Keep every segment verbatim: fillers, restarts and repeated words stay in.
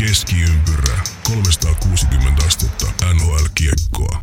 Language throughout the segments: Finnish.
Keskiympyrä, kolmesataakuusikymmentä astetta N H L-kiekkoa.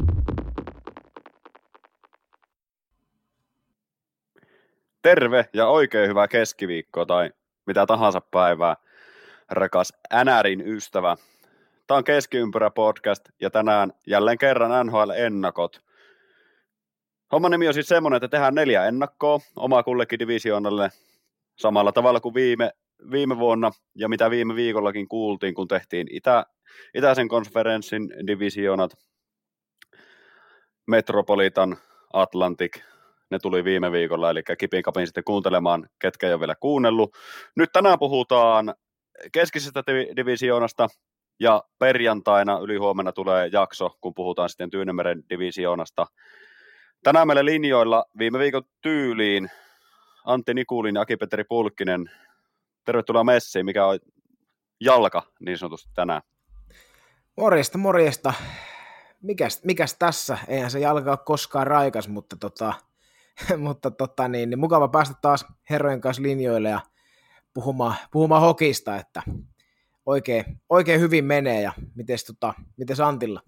Terve ja oikein hyvää keskiviikkoa tai mitä tahansa päivää, rakas N R:n ystävä. Tämä on Keskiympyrä podcast ja tänään jälleen kerran N H L-ennakot. Homman nimi on siis semmoinen, että tehdään neljä ennakkoa omaa kullekin divisioonalle samalla tavalla kuin viime, viime vuonna ja mitä viime viikollakin kuultiin, kun tehtiin itä, itäisen konferenssin divisioonat, Metropolitan, Atlantic. Ne tuli viime viikolla, eli kipin kapin sitten kuuntelemaan, ketkä ei ole vielä kuunnellut. Nyt tänään puhutaan keskisestä divisioonasta, ja perjantaina ylihuomenna tulee jakso, kun puhutaan sitten Tyynemeren divisioonasta. Tänään meillä linjoilla viime viikon tyyliin Antti Nikulin ja Aki-Petteri Pulkkinen. Tervetuloa messiin, mikä on jalka niin sanotusti tänään. Morjesta, morjesta. Mikäs, mikäs tässä? Eihän se jalka ole koskaan raikas, mutta, tota, mutta tota, niin, niin mukava päästä taas herrojen kanssa linjoille ja puhumaan, puhumaan hokista, että oikein, oikein hyvin menee. Ja mites, tota, mites Antilla?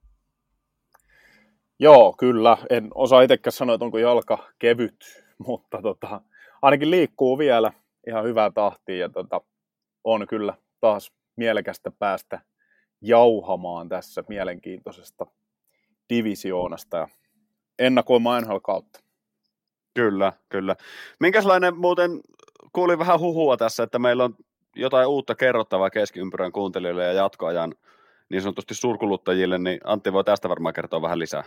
Joo, kyllä. En osaa itsekään sanoa, että onko jalka kevyt, mutta tota, ainakin liikkuu vielä ihan hyvää tahtia ja tota, on kyllä taas mielekästä päästä jauhamaan tässä mielenkiintoisesta divisioonasta ja ennakoimaan N H L-kautta. Kyllä, kyllä. Minkälainen muuten, kuulin vähän huhua tässä, että meillä on jotain uutta kerrottavaa keskiympyrän kuuntelijoille ja jatkoajan niin sanotusti suurkuluttajille, niin Antti voi tästä varmaan kertoa vähän lisää.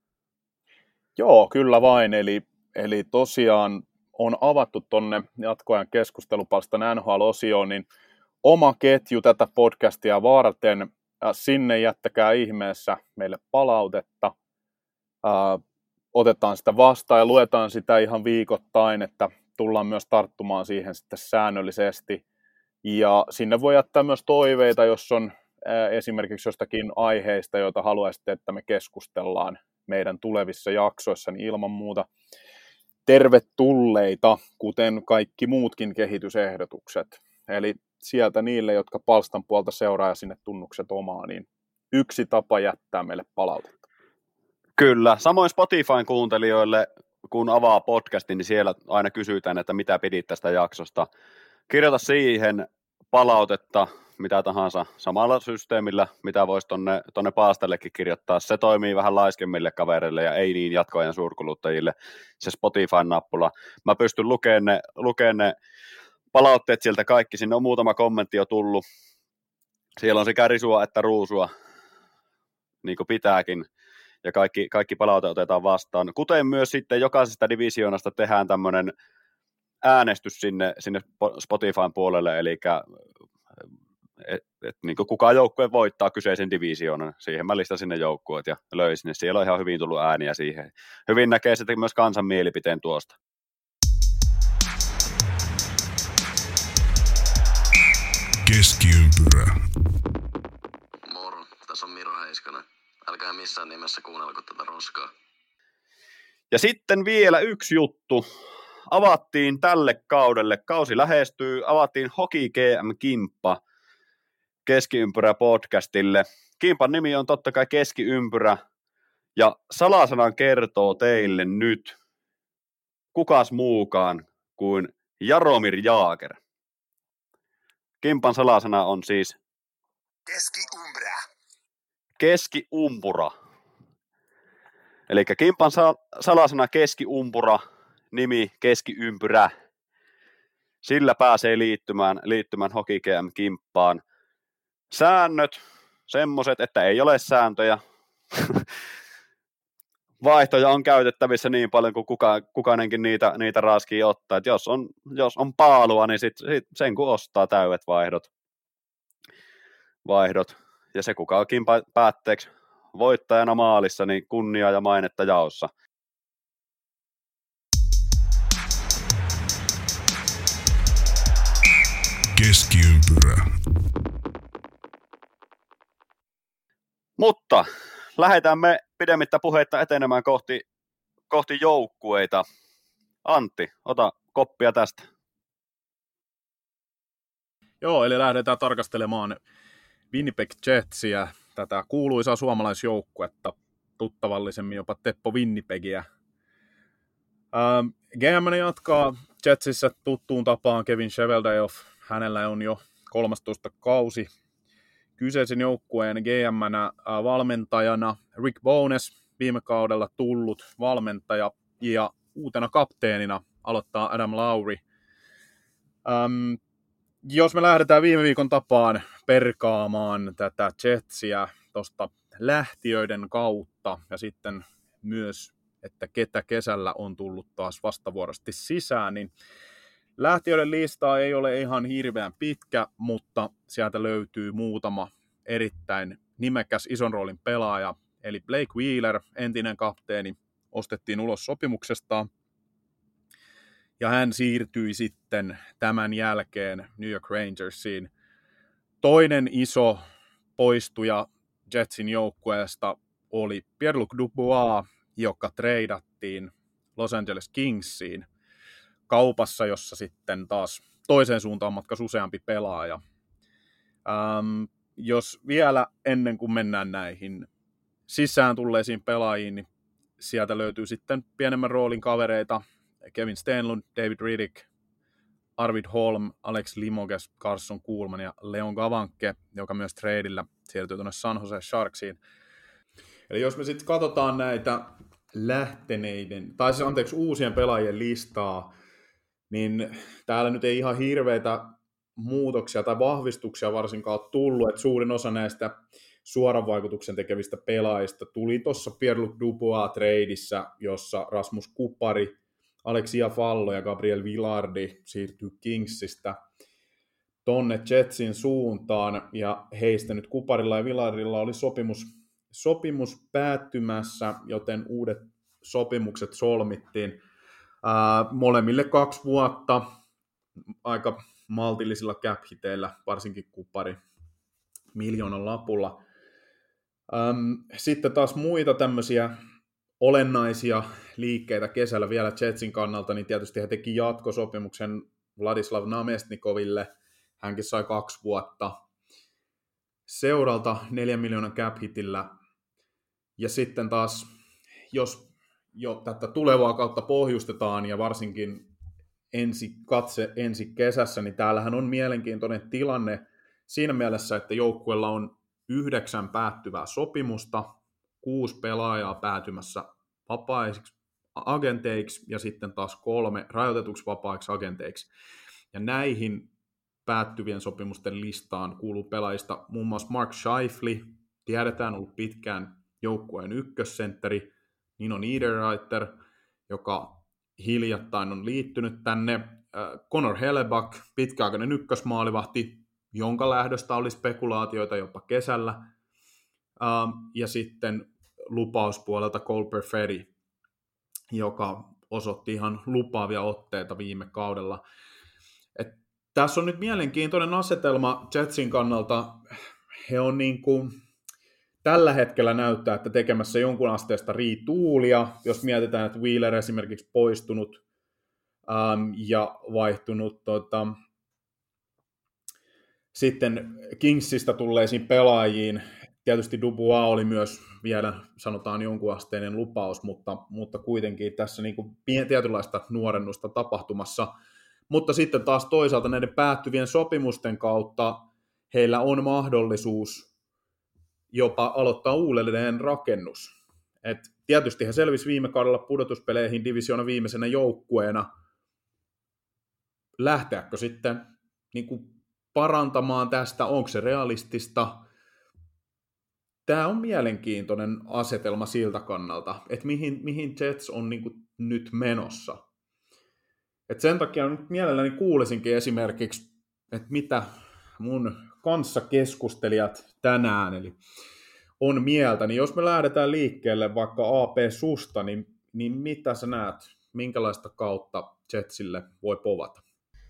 Joo, kyllä vain. Eli, eli tosiaan on avattu tonne jatkoajan keskustelupalstan N H L-osioon, niin oma ketju tätä podcastia varten. Sinne jättäkää ihmeessä meille palautetta. Ää, otetaan sitä vastaan ja luetaan sitä ihan viikoittain, että tullaan myös tarttumaan siihen sitten säännöllisesti. Ja sinne voi jättää myös toiveita, jos on ää, esimerkiksi jostakin aiheista, joita haluaisitte, että me keskustellaan meidän tulevissa jaksoissa, niin ilman muuta tervetulleita, kuten kaikki muutkin kehitysehdotukset. Eli sieltä niille, jotka palstan puolta seuraa ja sinne tunnukset omaa, niin yksi tapa jättää meille palautetta. Kyllä. Samoin Spotifyn kuuntelijoille, kun avaa podcastin, niin siellä aina kysytään, että mitä pidit tästä jaksosta. Kirjoita siihen palautetta, mitä tahansa, samalla systeemillä, mitä voisi tonne, tonne paastellekin kirjoittaa. Se toimii vähän laiskemmille kavereille ja ei niin jatkoajan suurkuluttajille, se Spotify-nappula. Mä pystyn lukemaan ne, lukemaan ne palautteet sieltä kaikki, sinne on muutama kommentti jo tullut. Siellä on sekä risua että ruusua, niin kuin pitääkin, ja kaikki, kaikki palaute otetaan vastaan. Kuten myös sitten jokaisesta divisioonasta tehdään tämmöinen äänestys sinne, sinne Spotifyn puolelle, eli et, et, niin kuin kuka joukkue voittaa kyseisen divisioonan. Siihen mä listasin ne joukkueet ja löysin ne. Siellä on ihan hyvin tullut ääniä siihen. Hyvin näkee sitten myös kansan mielipiteen tuosta. Keskiympyrä. Moro, tässä on Miro Heiskanen. Älkää missään nimessä kuunnelko tätä roskaa. Ja sitten vielä yksi juttu. Avattiin tälle kaudelle, kausi lähestyy, avattiin Hockey G M-kimppa Keskiympyrä podcastille. Kimpan nimi on totta kai Keskiympyrä, ja salasanan kertoo teille nyt kukas muukaan kuin Jaromir Jaager. Kimpan salasana on siis Keskiumpura. Keskiumpura. Eli Kimpan salasana Keskiumpura, nimi Keskiympyrä. Sillä pääsee liittymään, liittymään Hockey G M-kimppaan. Säännöt, semmoiset, että ei ole sääntöjä. Vaihtoja on käytettävissä niin paljon kuin kuka, kukainenkin niitä, niitä raskii ottaa. Et jos, on, jos on paalua, niin sit, sit sen kun ostaa täydet vaihdot. vaihdot. Ja se kuka onkin päätteeksi voittajana maalissa, niin kunnia ja mainetta jaossa. Keskiympyrä. Mutta lähdetään me pidemmittä puheitta etenemään kohti, kohti joukkueita. Antti, ota koppia tästä. Joo, eli lähdetään tarkastelemaan Winnipeg Jetsiä, tätä kuuluisaa suomalaisjoukkuetta, tuttavallisemmin jopa Teppo Winnipegiä. Ähm, G M jatkaa Jetsissä tuttuun tapaan Kevin Cheveldayoff. Hänellä on jo kolmastoista kausi kyseisen joukkueen G M-nä äh, valmentajana. Rick Bowness, viime kaudella tullut valmentaja, ja uutena kapteenina aloittaa Adam Lowry. Ähm, jos me lähdetään viime viikon tapaan perkaamaan tätä Jetsiä tuosta lähtiöiden kautta ja sitten myös, että ketä kesällä on tullut taas vastavuorosti sisään, niin lähtiöiden listaa ei ole ihan hirveän pitkä, mutta sieltä löytyy muutama erittäin nimekäs ison roolin pelaaja, eli Blake Wheeler, entinen kapteeni, ostettiin ulos sopimuksestaan, ja hän siirtyi sitten tämän jälkeen New York Rangersiin. Toinen iso poistuja Jetsin joukkueesta oli Pierre-Luc Dubois, joka treidattiin Los Angeles Kingsiin kaupassa, jossa sitten taas toiseen suuntaan matkas useampi pelaaja. Ähm, jos vielä ennen kuin mennään näihin sisään tulleisiin pelaajiin, niin sieltä löytyy sitten pienemmän roolin kavereita, Kevin Stenlund, David Riddick, Arvid Holm, Alex Limoges, Carson Kuhlman ja Leon Gavanke, joka myös tradeillä siirtyy tuonne San Jose Sharksiin. Eli jos me sitten katsotaan näitä lähteneiden, tai siis anteeksi uusien pelaajien listaa, niin täällä nyt ei ihan hirveitä muutoksia tai vahvistuksia varsinkaan ole tullut, että suurin osa näistä suoran vaikutuksen tekevistä pelaajista tuli tuossa Pierre-Luc Dubois-treidissä, jossa Rasmus Kupari, Alexia Fallo ja Gabriel Villardi siirtyy Kingsistä tonne Jetsin suuntaan, ja heistä nyt Kuparilla ja Villardilla oli sopimus, sopimus päättymässä, joten uudet sopimukset solmittiin. Ää, molemmille kaksi vuotta, aika maltillisilla cap-hiteillä, varsinkin Kupari miljoonan lapulla. Ähm, sitten taas muita tämmöisiä olennaisia liikkeitä kesällä vielä Jetsin kannalta, niin tietysti he teki jatkosopimuksen Vladislav Namestnikoville. Hänkin sai kaksi vuotta seuralta neljän miljoonan cap-hitillä. Ja sitten taas, jos jo tätä tulevaa kautta pohjustetaan ja varsinkin ensi katse ensi kesässä, niin täällähän on mielenkiintoinen tilanne siinä mielessä, että joukkueella on yhdeksän päättyvää sopimusta, kuusi pelaajaa päätymässä vapaiksi agenteiksi ja sitten taas kolme rajoitetuksi vapaiksi agenteiksi. Ja näihin päättyvien sopimusten listaan kuuluu pelaajista muun muassa Mark Scheifele, tiedetään ollut pitkään joukkueen ykkössentteri, Nino Niederreiter, joka hiljattain on liittynyt tänne, Connor Hellebuyck, pitkäaikainen ykkösmaalivahti, jonka lähdöstä oli spekulaatioita jopa kesällä, ja sitten lupauspuolelta Cole Perfetti, joka osoitti ihan lupaavia otteita viime kaudella. Et tässä on nyt mielenkiintoinen asetelma Jetsin kannalta. He on niin kuin tällä hetkellä näyttää, että tekemässä jonkun asteesta riituulia, jos mietitään, että Wheeler esimerkiksi poistunut ähm, ja vaihtunut tota, sitten Kingsistä tulleisiin pelaajiin. Tietysti Dubois oli myös vielä, sanotaan, jonkun asteinen lupaus, mutta, mutta kuitenkin tässä niin kuin tietynlaista nuorennusta tapahtumassa. Mutta sitten taas toisaalta näiden päättyvien sopimusten kautta heillä on mahdollisuus jopa aloittaa uudelleen rakennus. Et tietysti he selvisi viime kaudella pudotuspeleihin divisioonan viimeisenä joukkueena. Lähteäkö sitten niin kuin parantamaan tästä, onko se realistista? Tämä on mielenkiintoinen asetelma siltä kannalta, että mihin, mihin Jets on niin kuin nyt menossa. Et sen takia nyt mielelläni kuulisinkin esimerkiksi, että mitä mun kanssa keskustelijat tänään eli on mieltä, niin jos me lähdetään liikkeelle vaikka A P susta, niin, niin mitä sä näet, minkälaista kautta Jetsille voi povata?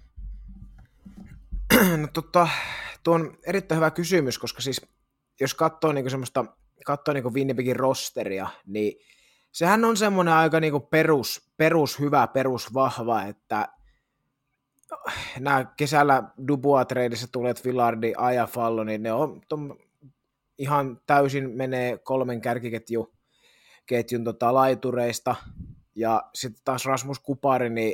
No tota, tuo on erittäin hyvä kysymys, koska siis jos katsoo niinku semmoista, katsoo niinku Winnipegin rosteria, niin sehän on semmoinen aika niinku perus, perus hyvä, perus vahva, että nämä kesällä Dubois-treidissä tulleet Villardi, Ajafallo, niin ne on tom, ihan täysin menee kolmen kärkiketjun ketjun, tota, laitureista, ja sitten taas Rasmus Kupari, niin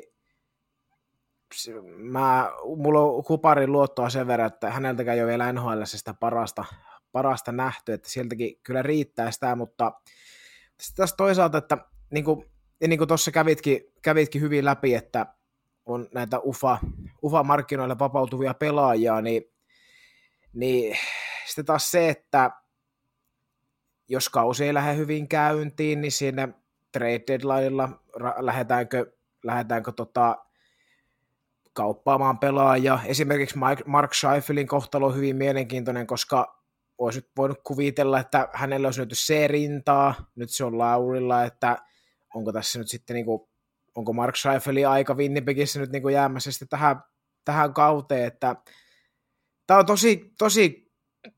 mä, mulla on Kuparin luottoa sen verran, että häneltäkään ei ole vielä N H L:ssä sitä parasta, parasta nähty, että sieltäkin kyllä riittää sitä, mutta tässä toisaalta, että niin kuin, ja niin kuin tuossa kävitkin, kävitkin hyvin läpi, että on näitä U F A, U F A-markkinoille vapautuvia pelaajia, niin, niin sitten taas se, että jos kausi ei lähde hyvin käyntiin, niin siinä trade deadlinella lähdetäänkö, lähdetäänkö tota, kauppaamaan pelaajia. Esimerkiksi Mark Scheifelin kohtalo on hyvin mielenkiintoinen, koska olisi nyt voinut kuvitella, että hänellä olisi löyty C-rintaa, nyt se on Laurilla, että onko tässä nyt sitten, niin kuin, onko Mark Scheifelin aika Winnipegissä nyt niin kuin jäämässä sitten tähän, tähän kauteen, että tämä on tosi, tosi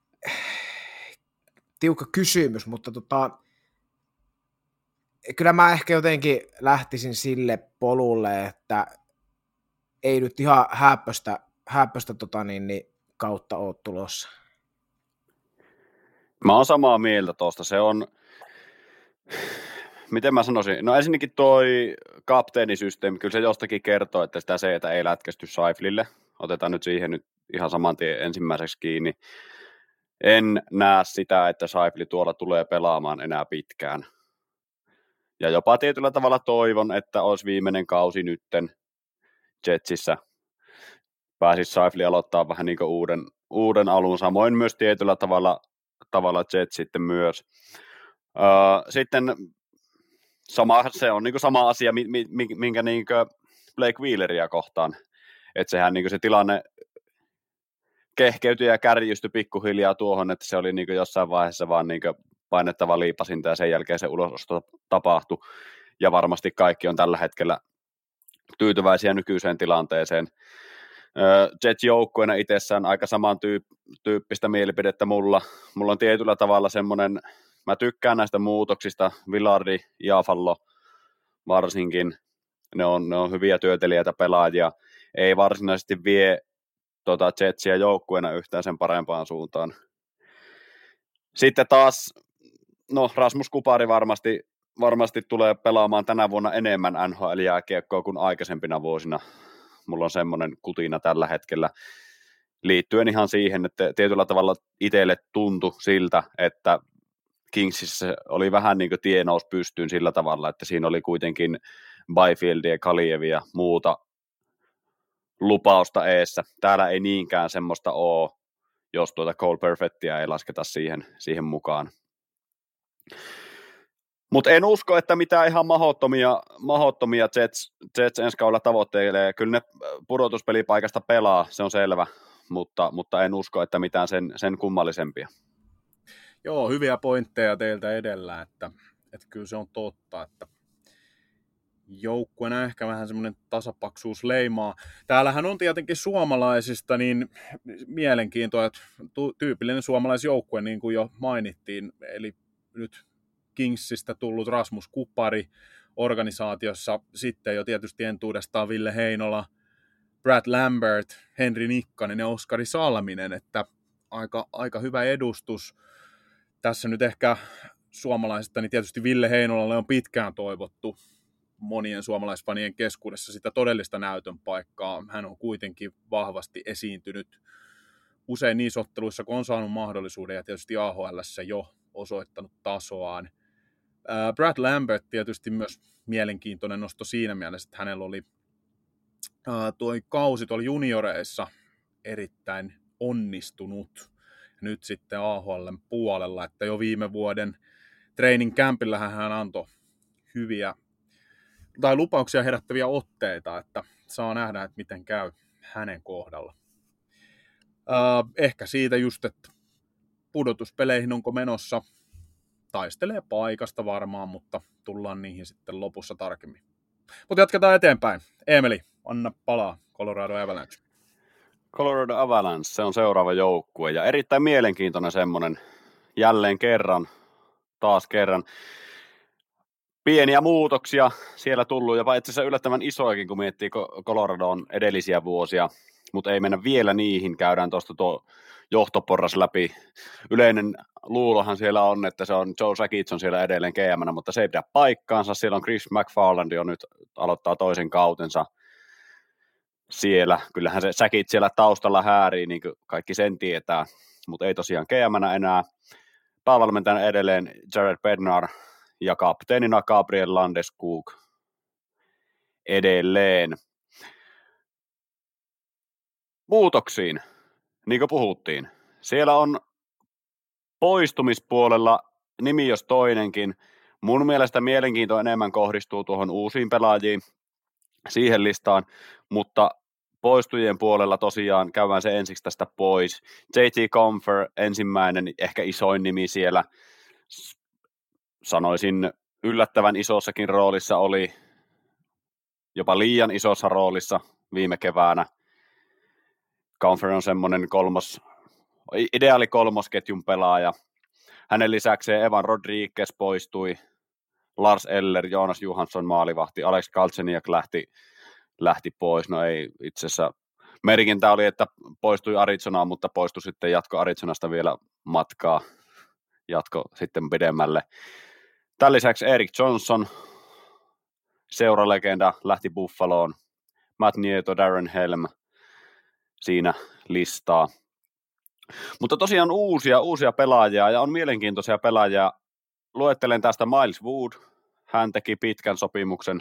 tiukka kysymys, mutta tota, kyllä mä ehkä jotenkin lähtisin sille polulle, että ei nyt ihan häppöstä, häppöstä tota niin, niin kautta ole tulossa. Mä oon samaa mieltä tuosta. Se on, miten mä sanoisin, no ensinnäkin toi kapteenisysteemi, kyllä se jostakin kertoo, että sitä se, että ei lätkästy Scheiflille. Otetaan nyt siihen nyt ihan saman tien ensimmäiseksi kiinni. En näe sitä, että Scheifli tuolla tulee pelaamaan enää pitkään. Ja jopa tietyllä tavalla toivon, että olisi viimeinen kausi nytten Jetsissä. Pääsisi Scheifli aloittaa vähän niin kuin uuden, uuden alun. Samoin myös tietyllä tavalla, tavalla Jets sitten myös. Öö, sitten sama, se on niin kuin sama asia, minkä niin kuin Blake Wheeleria kohtaan. Että sehän niin kuin se tilanne kehkeytyi ja kärjystyi pikkuhiljaa tuohon, että se oli niin kuin jossain vaiheessa vaan niin kuin painettava liipasinta ja sen jälkeen se ulososto tapahtui. Ja varmasti kaikki on tällä hetkellä tyytyväisiä nykyiseen tilanteeseen. Jets-joukkueena itsessään aika samantyyppistä mielipidettä mulla. Mulla on tietyllä tavalla semmoinen, mä tykkään näistä muutoksista, Villardi, Iafallo varsinkin, ne on, ne on hyviä työtelijäitä pelaajia, ei varsinaisesti vie tota Jetsia joukkueena yhtään sen parempaan suuntaan. Sitten taas, no Rasmus Kupari varmasti, varmasti tulee pelaamaan tänä vuonna enemmän N H L-jääkiekkoa kuin aikaisempina vuosina. Mulla on semmoinen kutina tällä hetkellä liittyen ihan siihen, että tietyllä tavalla itselle tuntui siltä, että Kingsissä oli vähän niin kuin tie nousi pystyyn sillä tavalla, että siinä oli kuitenkin Byfieldia, Kalievia ja muuta lupausta eessä. Täällä ei niinkään semmoista ole, jos tuota Cole Perfettia ei lasketa siihen, siihen mukaan. Mutta en usko, että mitään ihan mahdottomia, mahdottomia Jets, Jets ensi kaudella tavoitteilee. Kyllä ne pudotuspelipaikasta pelaa, se on selvä, mutta, mutta en usko, että mitään sen, sen kummallisempia. Joo, hyviä pointteja teiltä edellä, että, että kyllä se on totta, että joukkueena ehkä vähän semmoinen tasapaksuus leimaa. Täällähän on tietenkin suomalaisista niin mielenkiintoa, että tyypillinen suomalaisjoukkue, niin kuin jo mainittiin, eli nyt Kingsistä tullut Rasmus Kupari organisaatiossa, sitten jo tietysti entuudestaan Ville Heinola, Brad Lambert, Henri Nikkanen ja Oskari Salminen, että aika, aika hyvä edustus. Tässä nyt ehkä suomalaisista, niin tietysti Ville Heinolalle on pitkään toivottu monien suomalaisfanien keskuudessa sitä todellista näytön paikkaa. Hän on kuitenkin vahvasti esiintynyt usein niissä otteluissa, kun on saanut mahdollisuuden, ja tietysti A H L:ssä jo osoittanut tasoaan. Brad Lambert tietysti myös mielenkiintoinen nosto siinä mielessä, että hänellä oli tuo kausi tuolla junioreissa erittäin onnistunut. Nyt sitten A H L:n puolella, että jo viime vuoden training campillähän hän antoi hyviä tai lupauksia herättäviä otteita, että saa nähdä, että miten käy hänen kohdalla. Ehkä siitä just, että pudotuspeleihin onko menossa, taistelee paikasta varmaan, mutta tullaan niihin sitten lopussa tarkemmin. Mutta jatketaan eteenpäin. Emeli, anna palaa Colorado Avalanche. Colorado Avalanche, se on seuraava joukkue ja erittäin mielenkiintoinen semmoinen jälleen kerran, taas kerran. Pieniä muutoksia siellä tullut, jopa itse asiassa yllättävän isoakin, kun miettii Coloradon edellisiä vuosia. mutta ei mennä vielä niihin, käydään tuosta tuo johtoporras läpi. Yleinen luulohan siellä on, että se on Joe Sakic on siellä edelleen G M:nä, mutta se ei pidä paikkaansa. Siellä on Chris McFarland jo nyt aloittaa toisen kautensa siellä. Kyllähän se Sakic siellä taustalla häärii, niin kuin kaikki sen tietää, mutta ei tosiaan G M:nä enää. Päävalmentajana edelleen Jared Bednar ja kapteenina Gabriel Landeskog edelleen. Muutoksiin, niin kuin puhuttiin. Siellä on poistumispuolella nimi jos toinenkin. Mun mielestä mielenkiinto enemmän kohdistuu tuohon uusiin pelaajiin siihen listaan, mutta poistujien puolella tosiaan käydään se ensiksi tästä pois. J T Compher, ensimmäinen ehkä isoin nimi siellä, sanoisin yllättävän isossakin roolissa oli, jopa liian isossa roolissa viime keväänä. Compher on semmoinen kolmos, ideaali kolmosketjun pelaaja. Hänen lisäkseen Evan Rodriguez poistui, Lars Eller, Jonas Johansson maalivahti, Alex Galchenyuk lähti, lähti pois. No ei itse asiassa, merkintä oli, että poistui Arizonaan, mutta poistui sitten jatko Arizonasta vielä matkaa, jatko sitten pidemmälle. Tämän lisäksi Erik Johnson, seuralegenda, lähti Buffaloon. Matt Nieto, Darren Helm siinä listaa. Mutta tosiaan uusia, uusia pelaajia ja on mielenkiintoisia pelaajia. Luettelen tästä Miles Wood. Hän teki pitkän sopimuksen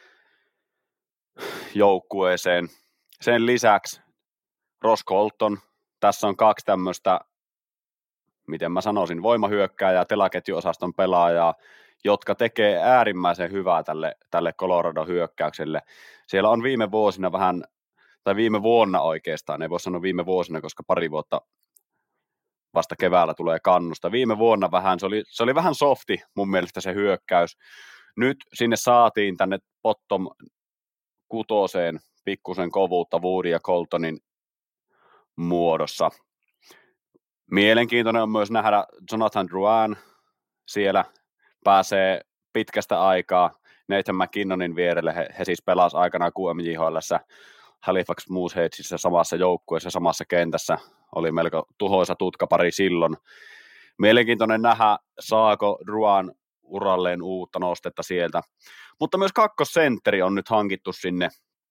joukkueeseen. Sen lisäksi Ross Colton. Tässä on kaksi tämmöistä, miten mä sanoisin, voimahyökkääjää, telaketjuosaston pelaajaa, jotka tekee äärimmäisen hyvää tälle, tälle Colorado-hyökkäykselle. Siellä on viime vuosina vähän, tai viime vuonna oikeastaan, ei voi sanoa viime vuosina, koska pari vuotta vasta keväällä tulee kannusta. Viime vuonna vähän, se oli, se oli vähän softi mun mielestä se hyökkäys. Nyt sinne saatiin tänne bottom kutoseen pikkusen kovuutta Woodin ja Coltonin muodossa. Mielenkiintoinen on myös nähdä Jonathan Drouin siellä pääsee pitkästä aikaa Nathan McKinnonin vierelle. He, he siis pelasivat aikanaan Q M J H L:ssä Halifax Mooseheadsissä samassa joukkueessa, samassa kentässä. Oli melko tuhoisa tutkapari silloin. Mielenkiintoinen nähdä, saako Drouin uralleen uutta nostetta sieltä. Mutta myös kakkosentteri on nyt hankittu sinne.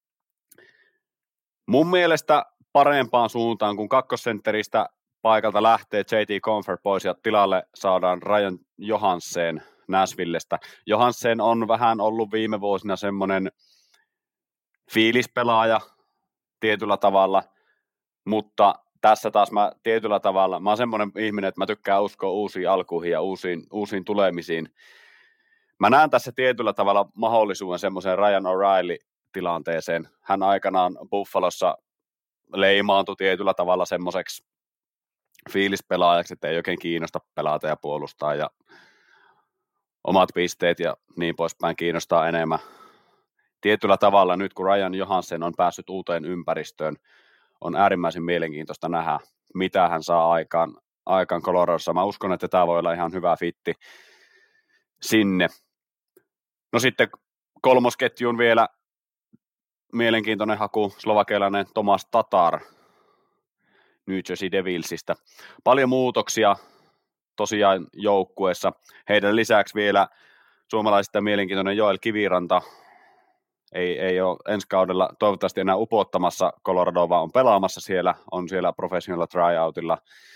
Mun mielestä parempaan suuntaan, kun kakkosentteristä paikalta lähtee J T Compher pois ja tilalle saadaan Ryan Johansen Nashvillestä. Johansen on vähän ollut viime vuosina semmoinen fiilispelaaja tietyllä tavalla, mutta tässä taas mä tietyllä tavalla, mä oon semmoinen ihminen, että mä tykkään uskoa uusiin alkuihin ja uusiin, uusiin tulemisiin. Mä näen tässä tietyllä tavalla mahdollisuuden semmoiseen Ryan O'Reilly-tilanteeseen. Hän aikanaan Buffalossa leimaantui tietyllä tavalla semmoiseksi fiilispelaajaksi, että ei oikein kiinnosta pelata ja puolustaa ja omat pisteet ja niin poispäin kiinnostaa enemmän. Tietyllä tavalla nyt, kun Ryan Johansen on päässyt uuteen ympäristöön, on äärimmäisen mielenkiintoista nähdä, mitä hän saa aikaan, aikaan Coloradossa. Mä uskon, että tämä voi olla ihan hyvä fitti sinne. No sitten kolmosketjuun vielä mielenkiintoinen haku, slovakialainen Tomas Tatar New Jersey Devilsistä. Paljon muutoksia tosiaan joukkueessa. Heidän lisäksi vielä suomalaisista mielenkiintoinen Joel Kiviranta. Ei, ei ole ensi kaudella toivottavasti enää upottamassa Coloradoa, vaan on pelaamassa siellä, on siellä professional tryoutilla.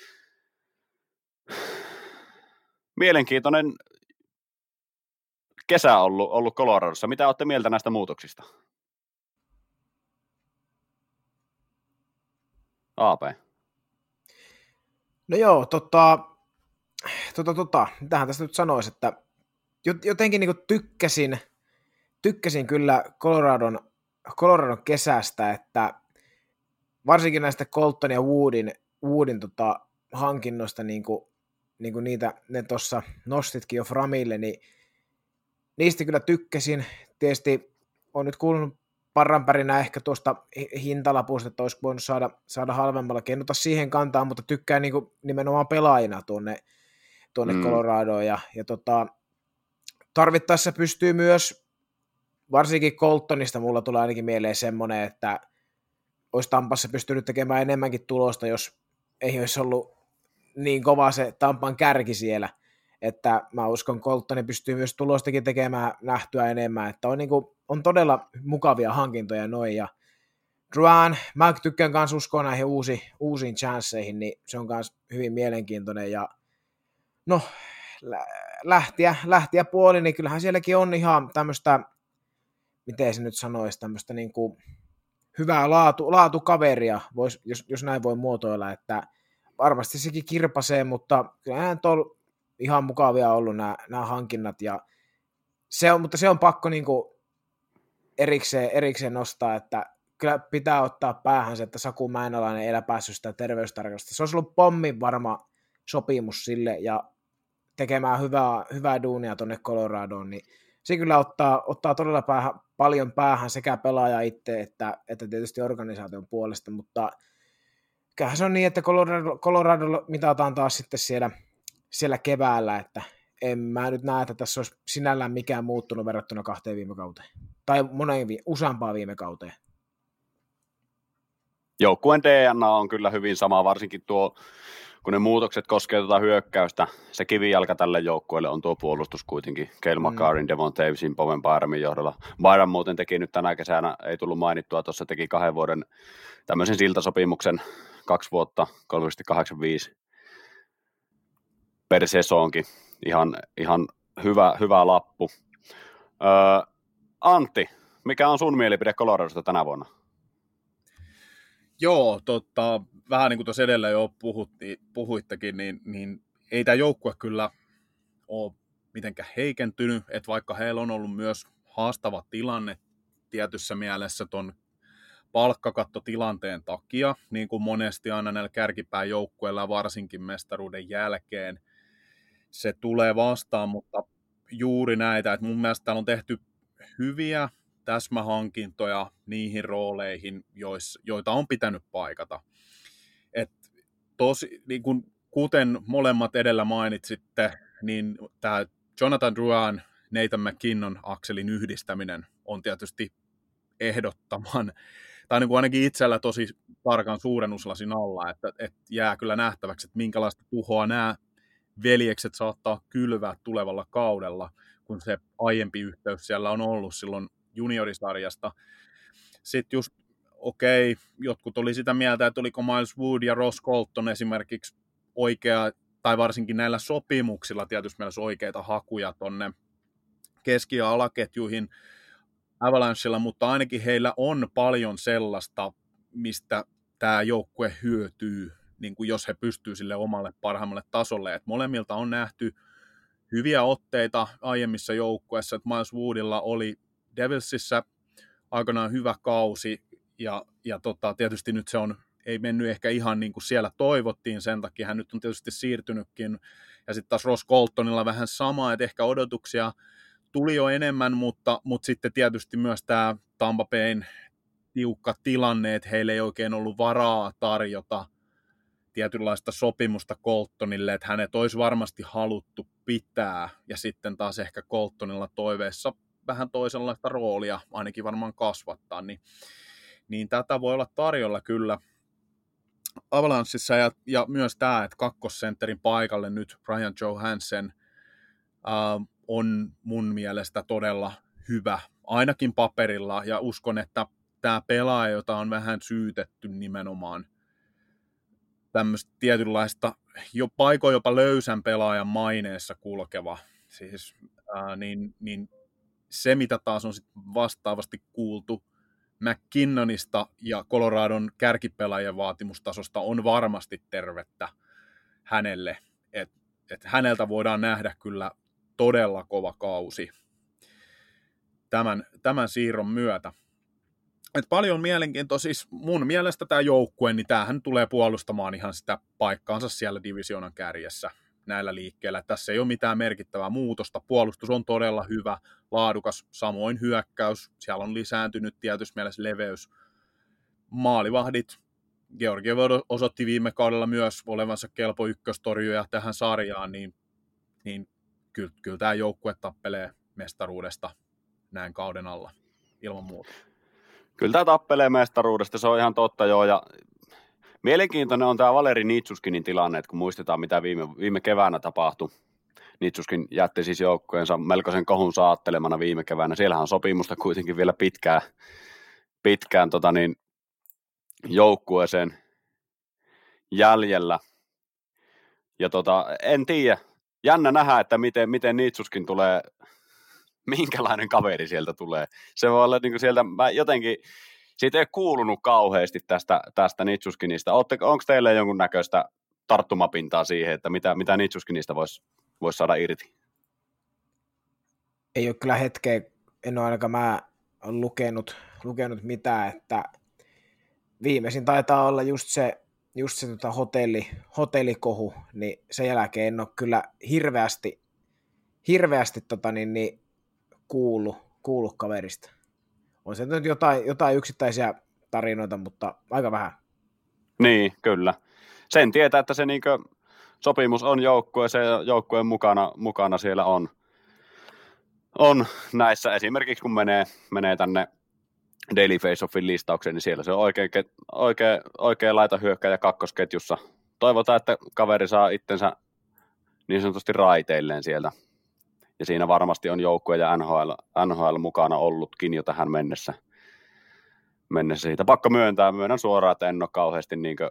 Mielenkiintoinen kesä ollut, ollut Coloradossa. Mitä olette mieltä näistä muutoksista? A P. No joo, tota, tota, tota, mitähän tästä nyt sanoisi, että jotenkin niin kuin tykkäsin, tykkäsin kyllä Coloradon, Coloradon kesästä, että varsinkin näistä Colton ja Woodin, Woodin tota, hankinnoista, niin kuin, niin kuin niitä ne tuossa nostitkin jo Framille, niin niistä kyllä tykkäsin. Tietysti on nyt kuulunut parranpärinä ehkä tuosta hintalapusta, että olisi voinut saada, saada halvemmalla. En ota siihen kantaa, mutta tykkään niin kuin nimenomaan pelaajina tuonne, tuonne mm. Coloradoon. Ja, ja tota, tarvittaessa pystyy myös, varsinkin Coltonista mulla tulee ainakin mieleen semmoinen, että olisi Tampassa pystynyt tekemään enemmänkin tulosta, jos ei olisi ollut niin kova se Tampan kärki siellä, että mä uskon, Coltoni pystyy myös tulostakin tekemään nähtyä enemmän, että on, niin kuin, on todella mukavia hankintoja noin, ja Drouin, mä tykkään myös uskoa näihin uusi, uusiin chansseihin, niin se on myös hyvin mielenkiintoinen, ja no, lähtiä, lähtiä puoli, niin kyllähän sielläkin on ihan tämmöistä, miten se nyt sanoisi, tämmöistä niin kuin hyvää laatu, laatukaveria, vois, jos, jos näin voi muotoilla, että varmasti sekin kirpasee, mutta kyllähän tuolla ihan mukavia ollut nämä, nämä hankinnat, ja se on, mutta se on pakko niin kuin erikseen, erikseen nostaa, että kyllä pitää ottaa päähän se, että Saku Mäenalainen ei päässyt sitä terveystarkastusta. Se olisi ollut pommin varma sopimus sille, ja tekemään hyvää, hyvää duunia tuonne Coloradoon, niin se kyllä ottaa, ottaa todella päähän, paljon päähän sekä pelaaja itse, että, että tietysti organisaation puolesta, mutta kyllähän se on niin, että Colorado, Colorado mitataan taas sitten siellä, siellä keväällä, että en mä nyt näe, että tässä olisi sinällään mikään muuttunut verrattuna kahteen viime kauteen, tai moneen useampaan viime kauteen. Joukkueen D N A on kyllä hyvin sama, varsinkin tuo, kun ne muutokset koskee tuota hyökkäystä, se kivijalka tälle joukkueelle on tuo puolustus kuitenkin. Cale McCarrin, mm. Devon Tavesin, Bowen Byramin johdolla. Byram muuten teki nyt tänä kesänä, ei tullut mainittua, tuossa teki kahden vuoden tämmöisen siltasopimuksen, kaksi vuotta, kolme pilkku kahdeksankymmentäviisi per sesonki. Ihan, ihan hyvä, hyvä lappu. Öö, Antti, mikä on sun mielipide Coloradosta tänä vuonna? Joo, totta, vähän niin kuin tuossa edellä jo puhutti, puhuittekin, niin, niin ei tämä joukkue kyllä ole mitenkään heikentynyt, että vaikka heillä on ollut myös haastava tilanne tietyssä mielessä ton palkkakattotilanteen takia, niin kuin monesti aina näillä kärkipään joukkueilla varsinkin mestaruuden jälkeen se tulee vastaan, mutta juuri näitä, että mun mielestä täällä on tehty hyviä täsmähankintoja niihin rooleihin, jois, joita on pitänyt paikata. Et tosi, niin kun, kuten molemmat edellä mainitsitte, niin tämä Jonathan Drouin, Nathan McKinnon akselin yhdistäminen on tietysti ehdottoman, tai niin kuin ainakin itsellä tosi tarkan suurennuslasin alla, että, että jää kyllä nähtäväksi, että minkälaista tuhoa nämä veljekset saattaa kylvää tulevalla kaudella, kun se aiempi yhteys siellä on ollut silloin juniorisarjasta. Sitten just, okei, okay, jotkut oli sitä mieltä, että oliko Miles Wood ja Ross Colton esimerkiksi oikea, tai varsinkin näillä sopimuksilla tietysti mielessä oikeita hakuja tonne keski- ja alaketjuihin Avalanchella, mutta ainakin heillä on paljon sellaista, mistä tämä joukkue hyötyy, niin kuin jos he pystyvät sille omalle parhaimmalle tasolle. Et molemmilta on nähty hyviä otteita aiemmissa joukkueissa, että Miles Woodilla oli Devilsissä aikanaan hyvä kausi, ja, ja tota, tietysti nyt se on, ei mennyt ehkä ihan niin kuin siellä toivottiin, sen takia hän nyt on tietysti siirtynytkin, ja sitten taas Ross Coltonilla vähän sama, että ehkä odotuksia tuli jo enemmän, mutta, mutta sitten tietysti myös tämä Tampa Bayn tiukka tilanne, että heillä ei oikein ollut varaa tarjota tietynlaista sopimusta Coltonille, että hänet olisi varmasti haluttu pitää, ja sitten taas ehkä Coltonilla toiveessa vähän toisenlaista roolia, ainakin varmaan kasvattaa, niin, niin tätä voi olla tarjolla kyllä Avalanchissa, ja, ja myös tämä, että kakkosentterin paikalle nyt Ryan Johansen äh, on mun mielestä todella hyvä, ainakin paperilla, ja uskon, että tämä pelaaja, jota on vähän syytetty nimenomaan tämmöistä tietynlaista, jo paikoin jopa löysän pelaajan maineessa kulkeva, siis, ää, niin, niin se, mitä taas on sit vastaavasti kuultu McKinnonista ja Coloradon kärkipelaajien vaatimustasosta, on varmasti tervettä hänelle, että et häneltä voidaan nähdä kyllä todella kova kausi tämän, tämän siirron myötä. Et paljon mielenkiintoa, siis mun mielestä tämä joukkue, niin tämähän tulee puolustamaan ihan sitä paikkaansa siellä divisioonan kärjessä näillä liikkeillä. Tässä ei ole mitään merkittävää muutosta. Puolustus on todella hyvä, laadukas, samoin hyökkäys. Siellä on lisääntynyt tietysti mielessä leveys. Maalivahdit. Georgiev osoitti viime kaudella myös olevansa kelpo ykköstorjuja tähän sarjaan, niin, niin kyllä, kyllä tämä joukkue tappelee mestaruudesta näin kauden alla ilman muuta. Kyllä tämä tappelee mestaruudesta, se on ihan totta joo, ja mielenkiintoinen on tämä Valeri Nitsuskinin tilanne, että kun muistetaan, mitä viime, viime keväänä tapahtui. Nitsuskin jätti siis joukkueensa melkoisen kohun saattelemana viime keväänä. Siellähän on sopimusta kuitenkin vielä pitkään, pitkään tota niin, joukkueeseen jäljellä. Ja tota, en tiedä, jännä nähdä, että miten, miten Nitsuskin tulee, minkälainen kaveri sieltä tulee. Se voi olla niin kuin sieltä, mä jotenkin, siitä ei ole kuulunut kauheasti tästä, tästä Nitsuskinista. Onko teillä jonkunnäköistä tarttumapintaa siihen, että mitä, mitä Nitsuskinista voisi vois saada irti? Ei ole kyllä hetkeä, en ole ainakaan mä lukenut, lukenut mitään, että viimeisin taitaa olla just se, just se tota hotelli, hotellikohu, niin sen jälkeen en ole kyllä hirveästi, hirveästi tota niin, niin kuullut, kuullut kaverista. On se nyt jotain, jotain yksittäisiä tarinoita, mutta aika vähän. Niin, kyllä. Sen tietää, että se niinkö sopimus on joukkue, se joukkueen mukana, mukana siellä on, on näissä. Esimerkiksi kun menee, menee tänne Daily Face-Offin listaukseen, niin siellä se on oikein, oikein, oikein laita hyökkääjä kakkosketjussa. Toivotaan, että kaveri saa itsensä niin sanotusti raiteilleen sieltä. Ja siinä varmasti on joukkue ja N H L, N H L mukana ollutkin jo tähän mennessä. mennessä siitä. Pakko myöntää, myönnän suoraan, että en ole kauheasti niinkö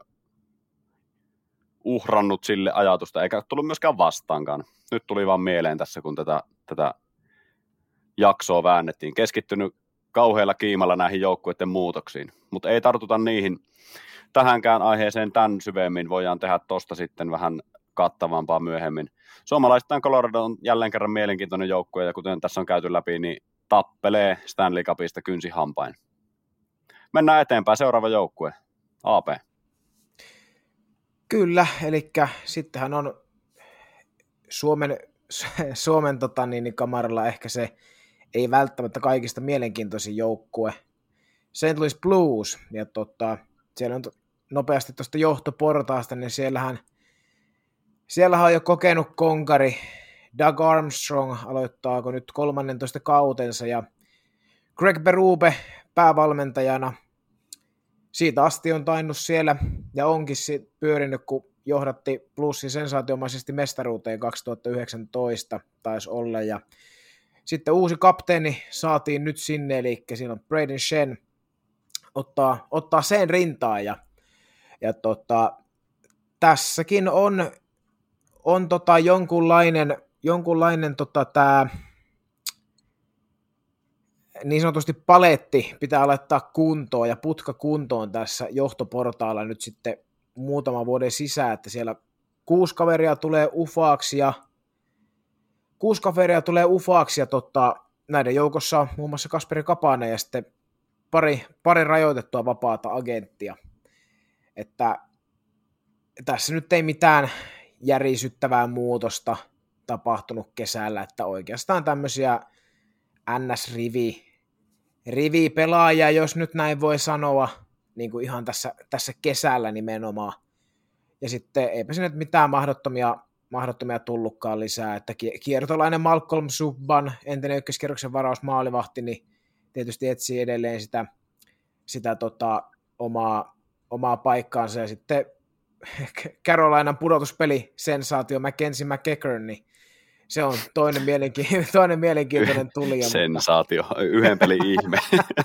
uhrannut sille ajatusta, eikä tullut myöskään vastaankaan. Nyt tuli vaan mieleen tässä, kun tätä, tätä jaksoa väännettiin. Keskittynyt kauhealla kiimalla näihin joukkueiden muutoksiin, mutta ei tartuta niihin tähänkään aiheeseen tämän syvemmin. Voidaan tehdä tuosta sitten vähän kattavampaa myöhemmin. Suomalaistaan Colorado on jälleen kerran mielenkiintoinen joukkue, ja kuten tässä on käyty läpi, niin tappelee Stanley Cupista kynsi hampain. Mennään eteenpäin. Seuraava joukkue, A P. Kyllä, eli sittenhän on Suomen, Suomen tota, niin, kamaralla ehkä se ei välttämättä kaikista mielenkiintoisin joukkue. Saint Louis Blues, ja tota, siellä on nopeasti tuosta johtoportaasta, niin siellähän, siellähän on jo kokenut konkari Doug Armstrong, aloittaako nyt kolmannentoista kautensa, ja Greg Berube päävalmentajana. Siitä asti on tainnut siellä, ja onkin pyörinyt, kun johdatti Bluesin sensaatiomaisesti mestaruuteen kaksituhattayhdeksäntoista taisi olla, ja sitten uusi kapteeni saatiin nyt sinne, eli siinä on Braden Shen ottaa, ottaa sen rintaan, ja, ja tota, tässäkin on, on tota jonkunlainen, jonkunlainen tota tämä niin sanotusti paletti pitää laittaa kuntoon ja putka kuntoon tässä johtoportaalla nyt sitten muutaman vuoden sisään, että siellä kuusi kaveria tulee ufaaksi ja kuusi kaveria tulee ufaaksi ja tota, näiden joukossa on muun muassa Kasperi Kapanen ja sitten pari, pari rajoitettua vapaata agenttia. Että tässä nyt ei mitään järisyttävää muutosta tapahtunut kesällä, että oikeastaan tämmöisiä N S-rivi, rivipelaajia, jos nyt näin voi sanoa, niin kuin ihan tässä, tässä kesällä nimenomaan. Ja sitten eipä sinne mitään mahdottomia, mahdottomia tullutkaan lisää, että kiertolainen Malcolm Subban, entinen ykköskierroksen varaus maalivahti, niin tietysti etsii edelleen sitä, sitä tota, omaa, omaa paikkaansa, ja sitten Carolinan pudotuspeli sensaatio Mackenzie McEachern, niin se on toinen, mielenki- toinen mielenkiintoinen tulija. Sensaatio, mutta yhden pelin ihme.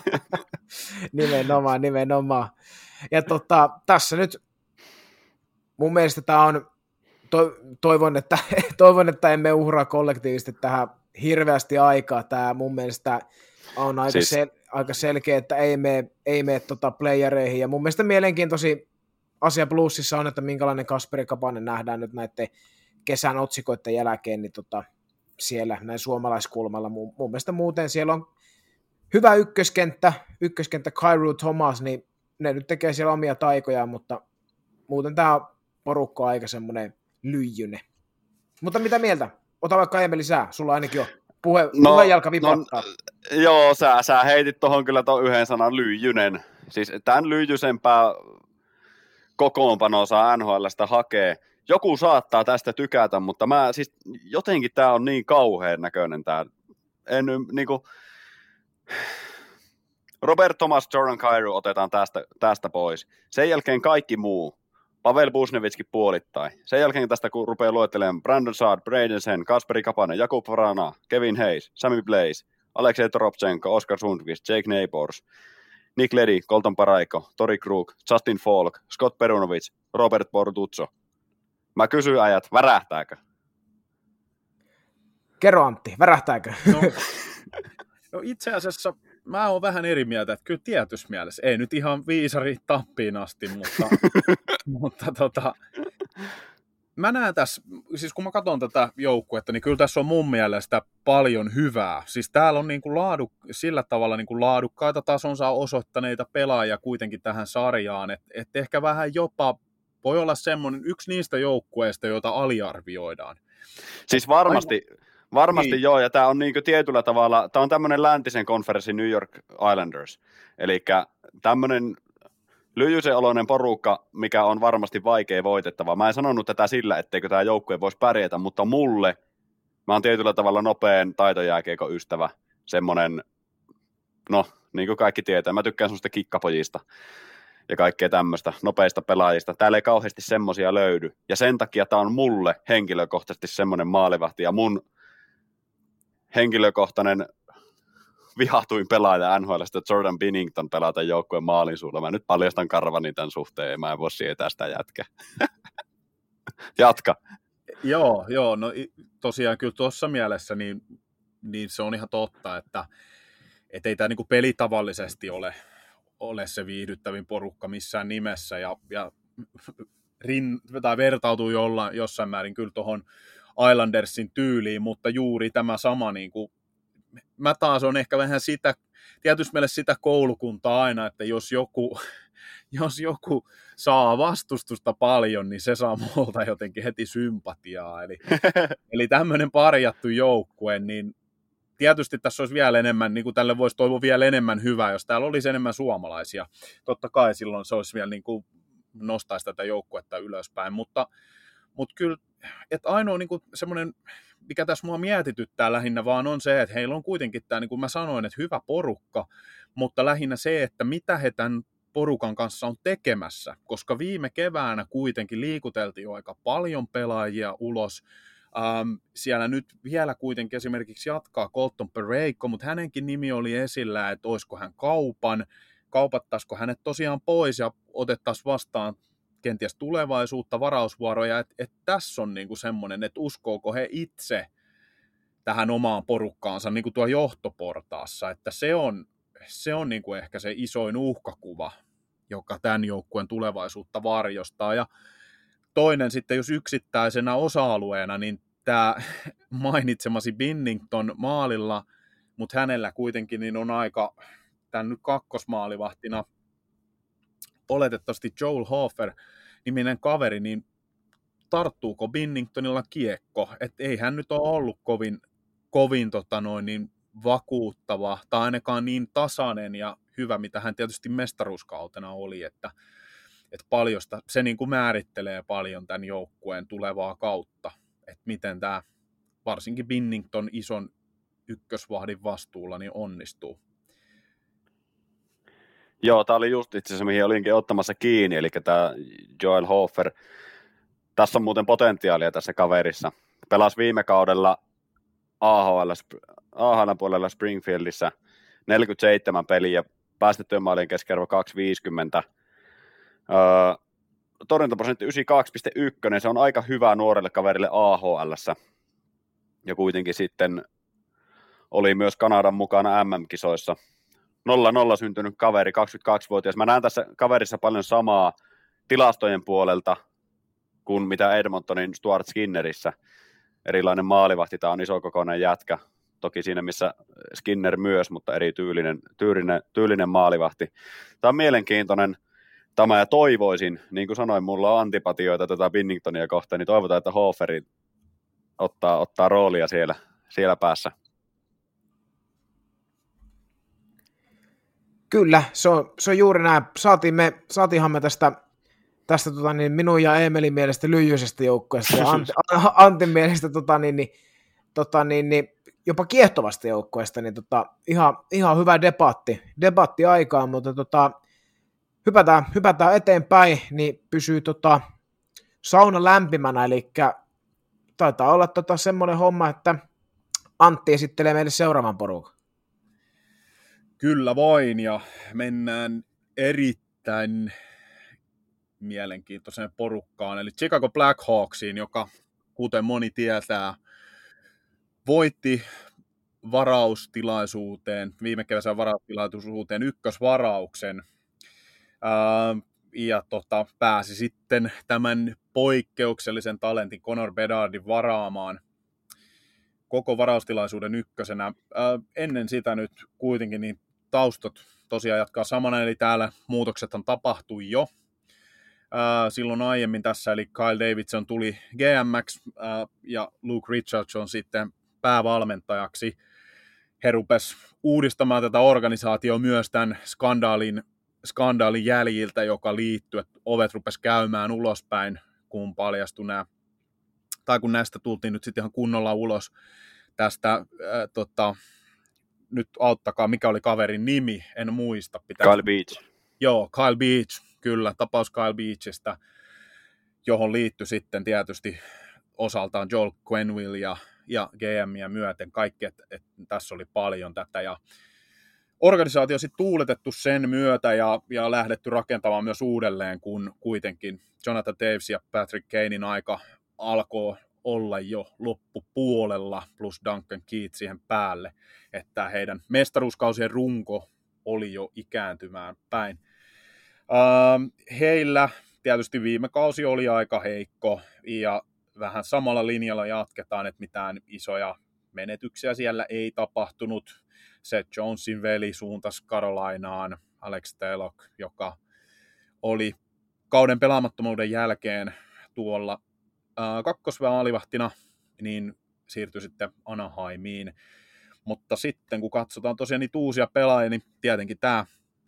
nimenomaan, nimenomaan. Ja tota, tässä nyt mun mielestä tämä on, to, toivon, että, toivon, että emme uhraa kollektiivisesti tähän hirveästi aikaa. Tämä mun mielestä on aika, siis... sel, aika selkeä, että ei mene, ei mene tota playereihin. Ja mun mielestä mielenkiintoisin asia Bluesissa on, että minkälainen Kasperi Kapanen nähdään nyt näiden kesän otsikoiden jälkeen, niin tota, siellä näin suomalaiskulmalla. Mun, mun mielestä muuten siellä on hyvä ykköskenttä, ykköskenttä Kyrou Thomas, niin ne nyt tekee siellä omia taikoja, mutta muuten tämä porukka on aika semmoinen lyijyne. Mutta mitä mieltä? Ota vaikka Emeli sää, sulla ainakin on puhe, no, puhejalka vipattaa. No, joo, sä, sä heitit tuohon kyllä tuon yhden sanan lyijynen. Siis tämän lyijysempää kokoonpanoa saa N H L:stä hakee. Joku saattaa tästä tykätä, mutta mä siis jotenkin tää on niin kauhean näköinen tää. En niinku Robert Thomas, Jordan Kyrou otetaan tästä, tästä pois. Sen jälkeen kaikki muu. Pavel Buchnevitskin puolittain. Sen jälkeen tästä kun rupeaa luettelemaan Brandon Saad, Braden Sen, Kasperi Kapanen, Jakub Vrana, Kevin Hayes, Sami Blaze, Aleksei Toropchenko, Oskar Sundqvist, Jake Neighbors, Nick Leddy, Colton Paraiko, Tori Krug, Justin Falk, Scott Perunovic, Robert Bortuzzo. Mä kysyn ajat, värähtääkö? Kerro Antti, värähtääkö? No, no itse asiassa mä oon vähän eri mieltä, että kyllä tietyssä mielessä, ei nyt ihan viisari tappiin asti, mutta, mutta tota, mä näen tässä, siis kun mä katson tätä joukkuetta, niin kyllä tässä on mun mielestä paljon hyvää. Siis täällä on niin kuin laadu, sillä tavalla niin kuin laadukkaita tasonsa osoittaneita pelaajia kuitenkin tähän sarjaan, että et ehkä vähän jopa voi olla semmoinen yksi niistä joukkueista, joita aliarvioidaan. Siis varmasti, varmasti niin. Joo, ja tämä on niinku tietyllä tavalla, tämä on tämmöinen läntisen konferenssin New York Islanders, eli tämmöinen lyijyisen oloinen porukka, mikä on varmasti vaikea voitettava. Mä en sanonut tätä sillä, etteikö tämä joukkue voisi pärjätä, mutta mulle, mä oon tietyllä tavalla nopean taitojääkiekon ystävä, semmoinen, no niin kuin kaikki tietää, mä tykkään semmoista kikkapojista ja kaikkea tämmöistä, nopeista pelaajista. Täällä ei kauheasti semmoisia löydy, ja sen takia tämä on mulle henkilökohtaisesti semmoinen maalivahti, ja mun henkilökohtainen vihatuin pelaaja N H L:stä Jordan Binnington pelata joukkueen maalin suulla. Mä nyt paljastan karvani tämän suhteen, ja mä en voi sietää sitä jätkää. Jatka. Joo, joo, no tosiaan kyllä tuossa mielessä niin, niin se on ihan totta, että et ei tämä niinku pelitavallisesti ole, ole se viihdyttävin porukka missään nimessä, ja, ja rin, tai vertautuu jollain, jossain määrin kyllä tuohon Islandersin tyyliin, mutta juuri tämä sama, niin kuin, mä taas on ehkä vähän sitä, tietysti meille sitä koulukuntaa aina, että jos joku, jos joku saa vastustusta paljon, niin se saa multa jotenkin heti sympatiaa, eli, eli tämmöinen parjattu joukkue, niin tietysti tässä olisi vielä enemmän, niin kuin tälle voisi toivoa vielä enemmän hyvää, jos täällä olisi enemmän suomalaisia. Totta kai silloin se olisi vielä niin kuin nostaisi tätä joukkuetta ylöspäin, mutta, mutta kyllä, että ainoa niin kuin semmoinen, mikä tässä mua mietityttää lähinnä vaan on se, että heillä on kuitenkin tämä, niin kuin mä sanoin, että hyvä porukka, mutta lähinnä se, että mitä he tämän porukan kanssa on tekemässä, koska viime keväänä kuitenkin liikuteltiin jo aika paljon pelaajia ulos. Ähm, siellä nyt vielä kuitenkin esimerkiksi jatkaa Colton Parayko, mutta hänenkin nimi oli esillä, että olisiko hän kaupan, kaupattaisiko hänet tosiaan pois ja otettaisiin vastaan kenties tulevaisuutta, varausvuoroja, että et tässä on niinku semmoinen, että uskooko he itse tähän omaan porukkaansa niinku tuo johtoportaassa, että se on, se on niinku ehkä se isoin uhkakuva, joka tämän joukkueen tulevaisuutta varjostaa, ja toinen sitten, jos yksittäisenä osa-alueena, niin tämä mainitsemasi Binnington maalilla, mutta hänellä kuitenkin niin on aika, tämän nyt kakkosmaalivahtina, oletettavasti Joel Hofer niminen kaveri, niin tarttuuko Binningtonilla kiekko? Että ei hän nyt ole ollut kovin, kovin tota noin, niin vakuuttava, tai ainakaan niin tasainen ja hyvä, mitä hän tietysti mestaruuskautena oli, että että paljosta, se niin kuin määrittelee paljon tämän joukkueen tulevaa kautta, että miten tämä varsinkin Binnington ison ykkösvahdin vastuulla niin onnistuu. Joo, tämä oli just itse asiassa, mihin olinkin ottamassa kiinni, eli tämä Joel Hofer. Tässä on muuten potentiaalia tässä kaverissa. Pelasi viime kaudella A H L, A H L puolella Springfieldissä neljäkymmentäseitsemän peliä, päästettyjen maalien keskiarvo kaksi pilkku viisikymmentä. Öö, torjuntaprosentti yhdeksänkymmentäkaksi pilkku yksi, se on aika hyvä nuorelle kaverille A H L:ssä. Ja kuitenkin sitten oli myös Kanadan mukana M M-kisoissa. nolla nolla syntynyt kaveri, kaksikymmentäkaksivuotias. Mä näen tässä kaverissa paljon samaa tilastojen puolelta kuin mitä Edmontonin Stuart Skinnerissä. Erilainen maalivahti, tämä on isokokoinen jätkä. Toki siinä, missä Skinner myös, mutta eri tyylinen, tyylinen, tyylinen maalivahti. Tämä on mielenkiintoinen tämä, ja toivoisin, niin kuin sanoin, mulla on antipatioita tätä Binningtonia kohtaan, niin toivotaan, että Hoferi ottaa, ottaa roolia siellä, siellä päässä. Kyllä, se on, se on juuri näin. Saatiin me, saatiinhan me tästä, tästä tota, niin minun ja Eemelin mielestä lyijyisestä joukkueesta ja Antin, Antin mielestä tota, niin, niin, tota, niin, niin, jopa kiehtovasta joukkueesta, niin tota, ihan, ihan hyvä debatti, debatti aikaan, mutta tota, hypätään, hypätään eteenpäin, niin pysyy tota, sauna lämpimänä, eli taitaa olla tota semmoinen homma, että Antti esittelee meille seuraavan porukan. Kyllä vain, ja mennään erittäin mielenkiintoiseen porukkaan, eli Chicago Blackhawksiin, joka, kuten moni tietää, voitti varaustilaisuuteen, viime keväisen varaustilaisuuteen ykkösvarauksen, ää, ja tota, pääsi sitten tämän poikkeuksellisen talentin Connor Bedardin varaamaan koko varaustilaisuuden ykkösenä. Ää, ennen sitä nyt kuitenkin niin taustat tosiaan jatkaa samana, eli täällä muutoksethan tapahtui jo ää, silloin aiemmin tässä, eli Kyle Davidson tuli G M:ksi ää, ja Luke Richardson sitten päävalmentajaksi. He rupesivat uudistamaan tätä organisaatiota myös tämän skandaalin, skandaalin jäljiltä, joka liittyy, että ovet rupesivat käymään ulospäin, kun paljastui nämä, tai kun näistä tultiin nyt sitten ihan kunnolla ulos tästä, ää, tota, nyt auttakaa, mikä oli kaverin nimi, en muista. Pitää... Kyle Beach. Joo, Kyle Beach, kyllä, tapaus Kyle Beachistä, johon liittyi sitten tietysti osaltaan Joel Quenneville ja, ja G M:iä myöten kaikki, että et tässä oli paljon tätä, ja organisaatio sitten tuuletettu sen myötä ja, ja lähdetty rakentamaan myös uudelleen, kun kuitenkin Jonathan Davis ja Patrick Kanein aika alkoi olla jo loppupuolella, plus Duncan Keith siihen päälle, että heidän mestaruuskausien runko oli jo ikääntymään päin. Ähm, heillä tietysti viime kausi oli aika heikko, ja vähän samalla linjalla jatketaan, että mitään isoja menetyksiä siellä ei tapahtunut. Seth Jonesin veli suuntasi Carolinaan, Alex Telok, joka oli kauden pelaamattomuuden jälkeen tuolla ää, kakkosvaalivahtina, niin siirtyi sitten Anaheimiin. Mutta sitten kun katsotaan tosiaan niitä uusia pelaajia, niin tietenkin tämä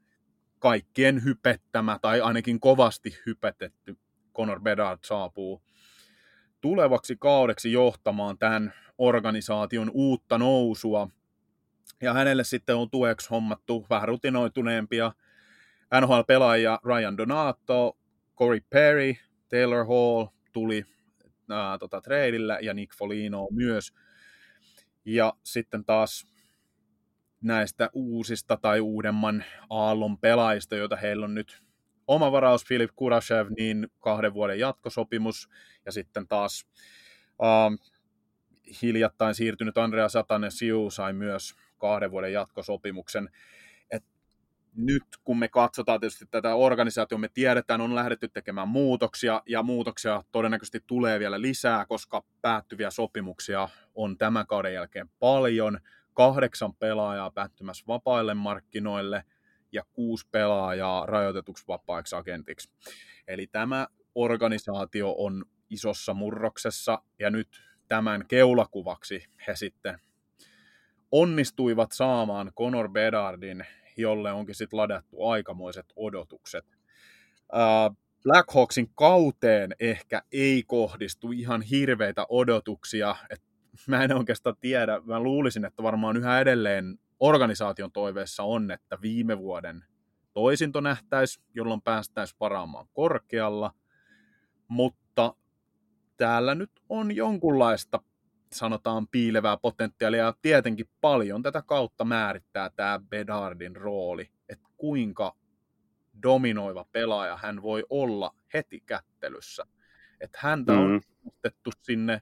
kaikkien hypettämä, tai ainakin kovasti hypetetty Connor Bedard saapuu tulevaksi kaudeksi johtamaan tämän organisaation uutta nousua. Ja hänelle sitten on tueksi hommattu vähän rutinoituneempia N H L-pelaajia Ryan Donato, Corey Perry, Taylor Hall tuli ää, tota, treidillä ja Nick Foligno myös. Ja sitten taas näistä uusista tai uudemman aallon pelaajista, joita heillä on nyt oma varaus, Filip Kurashev, niin kahden vuoden jatkosopimus, ja sitten taas ähm, hiljattain siirtynyt Andrea Satanen-Siu sai myös kahden vuoden jatkosopimuksen. Et nyt kun me katsotaan tietysti tätä organisaatiota, me tiedetään, on lähdetty tekemään muutoksia, ja muutoksia todennäköisesti tulee vielä lisää, koska päättyviä sopimuksia on tämän kauden jälkeen paljon. Kahdeksan pelaajaa päättymässä vapaille markkinoille, ja kuusi pelaajaa rajoitetuksi vapaiksi agentiksi. Eli tämä organisaatio on isossa murroksessa, ja nyt tämän keulakuvaksi he sitten onnistuivat saamaan Connor Bedardin, jolle onkin sitten ladattu aikamoiset odotukset. Blackhawksin kauteen ehkä ei kohdistu ihan hirveitä odotuksia, että mä en oikeastaan tiedä, mä luulisin, että varmaan yhä edelleen organisaation toiveessa on, että viime vuoden toisinto nähtäisi, jolloin päästäisiin varaamaan korkealla, mutta täällä nyt on jonkunlaista, sanotaan, piilevää potentiaalia, ja tietenkin paljon tätä kautta määrittää tämä Bedardin rooli, että kuinka dominoiva pelaaja hän voi olla heti kättelyssä. Että häntä on mm. nostettu sinne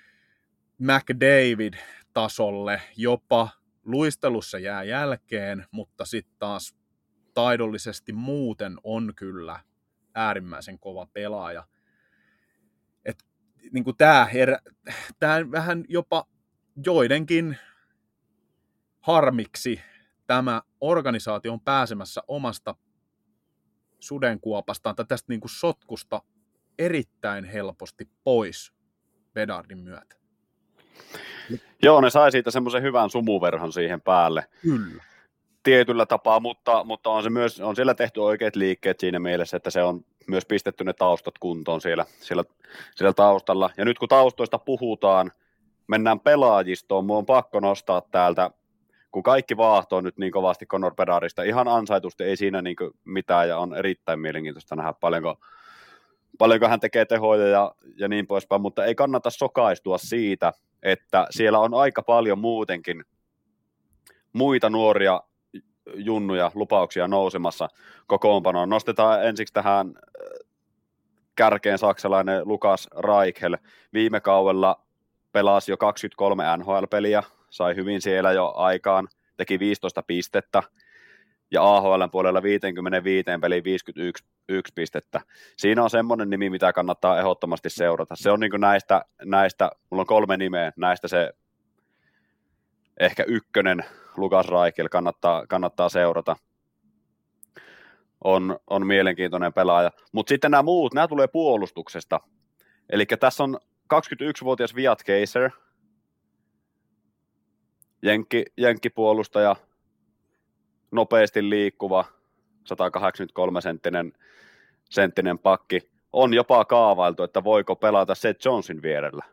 McDavid-tasolle, jopa luistelussa jää jälkeen, mutta sitten taas taidollisesti muuten on kyllä äärimmäisen kova pelaaja. Et, niin kuin tämä, herä, tämä vähän jopa joidenkin harmiksi tämä organisaatio on pääsemässä omasta sudenkuopastaan tai tästä niin kuin sotkusta erittäin helposti pois Bedardin myötä. Joo, ne sai siitä semmoisen hyvän sumuverhon siihen päälle. Kyllä. Tietyllä tapaa, mutta, mutta on, se myös, on siellä tehty oikeat liikkeet siinä mielessä, että se on myös pistetty ne taustat kuntoon siellä, siellä, siellä taustalla. Ja nyt kun taustoista puhutaan, mennään pelaajistoon, mua on pakko nostaa täältä, kun kaikki vaahtoo nyt niin kovasti Connor Bedarista, ihan ansaitusti ei siinä niin mitään, ja on erittäin mielenkiintoista nähdä paljonko, paljonko hän tekee tehoja ja, ja niin poispäin, mutta ei kannata sokaistua siitä, että siellä on aika paljon muutenkin muita nuoria junnuja, lupauksia nousemassa kokoonpanoon. Nostetaan ensiksi tähän kärkeen saksalainen Lukas Reichel. Viime kaudella pelasi jo kaksikymmentäkolme N H L-peliä, sai hyvin siellä jo aikaan, teki viisitoista pistettä, ja A H L:n puolella viisikymmentäviisi peliin viisikymmentäyksi pistettä. Siinä on semmoinen nimi, mitä kannattaa ehdottomasti seurata. Se on niin kuin näistä, näistä, mulla on kolme nimeä, näistä se ehkä ykkönen Lukas Reichel kannattaa, kannattaa seurata. On, on mielenkiintoinen pelaaja. Mutta sitten nämä muut, nämä tulee puolustuksesta. Eli tässä on kaksikymmentäyksivuotias Wyatt Keiser, Jenkki, jenkkipuolustaja, nopeasti liikkuva, sata kahdeksankymmentäkolme senttinen, senttinen pakki. On jopa kaavailtu, että voiko pelata Seth Jonesin vierellä.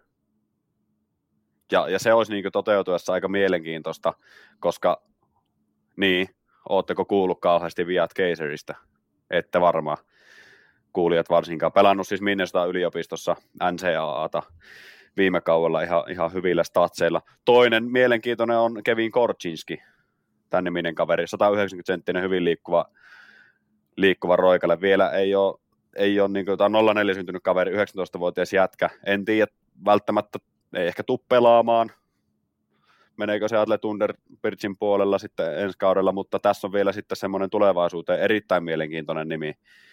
Ja, ja se olisi niin kuin toteutuessa aika mielenkiintoista, koska niin, ootteko kuullut kauheasti Wyatt Keiseristä? Ette varmaan kuulijat varsinkaan. Pelannut siis Minnesota yliopistossa N C A A:ta viime kaudella ihan, ihan hyvillä statseilla. Toinen mielenkiintoinen on Kevin Korchinski, tämän niminen kaveri, sata yhdeksänkymmentä senttinen hyvin liikkuva, liikkuva roikalle. Vielä ei ole, ei ole niin kuin, tämä nolla neljä syntynyt kaveri, yhdeksäntoistavuotias jätkä. En tiedä, välttämättä ei ehkä tule pelaamaan. Meneekö se Atle Thunderbirchin puolella sitten ensi kaudella, mutta tässä on vielä sitten semmoinen tulevaisuuteen erittäin mielenkiintoinen nimi,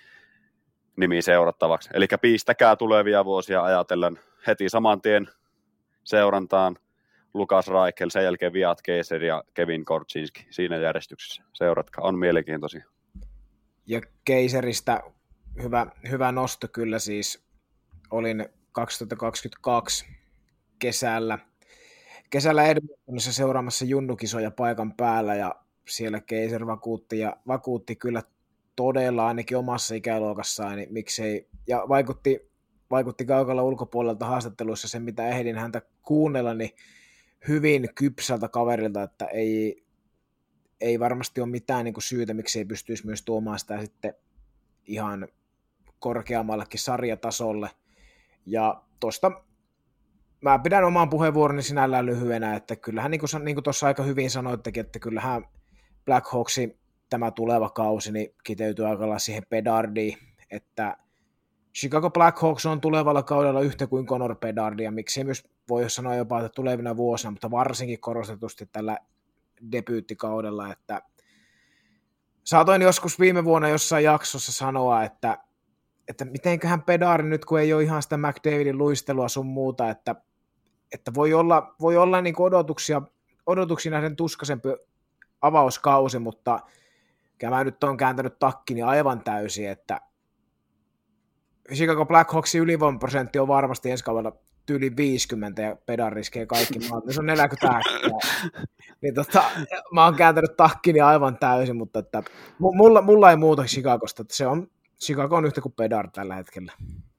nimi seurattavaksi. Eli pistäkää tulevia vuosia ajatellen heti saman tien seurantaan Lukas Reichel, sen jälkeen Wyatt Keiser ja Kevin Korchinski siinä järjestyksessä. Seuratkaa, on mielenkiintoisia. Ja Keiseristä hyvä, hyvä nosto kyllä siis. Olin kaksituhattakaksikymmentäkaksi kesällä, kesällä Edmontonissa seuraamassa junnukisoja paikan päällä ja siellä Keiser vakuutti ja vakuutti kyllä todella ainakin omassa ikäluokassaan, niin miksei, ja vaikutti, vaikutti kaukalla ulkopuolelta haastatteluissa se, mitä ehdin häntä kuunnella, niin hyvin kypsältä kaverilta, että ei, ei varmasti ole mitään niin kuin syytä, miksi ei pystyisi myös tuomaan sitä sitten ihan korkeammallekin sarjatasolle. Ja tuosta mä pidän oman puheenvuoroni sinällään lyhyenä, että kyllähän niin kuin, niin kuin tuossa aika hyvin sanoittekin, että kyllähän Black Hawksin tämä tuleva kausi niin kiteytyy aika lailla siihen Bedardiin, että Chicago Black Hawks on tulevalla kaudella yhtä kuin Connor Bedard, ja miksei myös voi sanoa jopa, että tulevina vuosina, mutta varsinkin korostetusti tällä debyyttikaudella, että saatoin joskus viime vuonna jossain jaksossa sanoa, että, että mitenköhän Bedard nyt, kun ei ole ihan sitä McDavidin luistelua sun muuta, että, että voi olla, voi olla niin kuin odotuksia, odotuksia nähden tuskaisempi avauskausi, mutta mä nyt on kääntänyt takkini aivan täysin, että Chicago Black Hawksin ylivoimaprosentti on varmasti ensi kaudella tyyli viisikymmentä ja Bedard riskee kaikki maat, se on neljäkymmentä niin tota, mä oon kääntänyt takkini aivan täysin, mutta että mulla, mulla ei muuta Chicagosta, että se on, Chicago on yhtä kuin Bedard tällä hetkellä.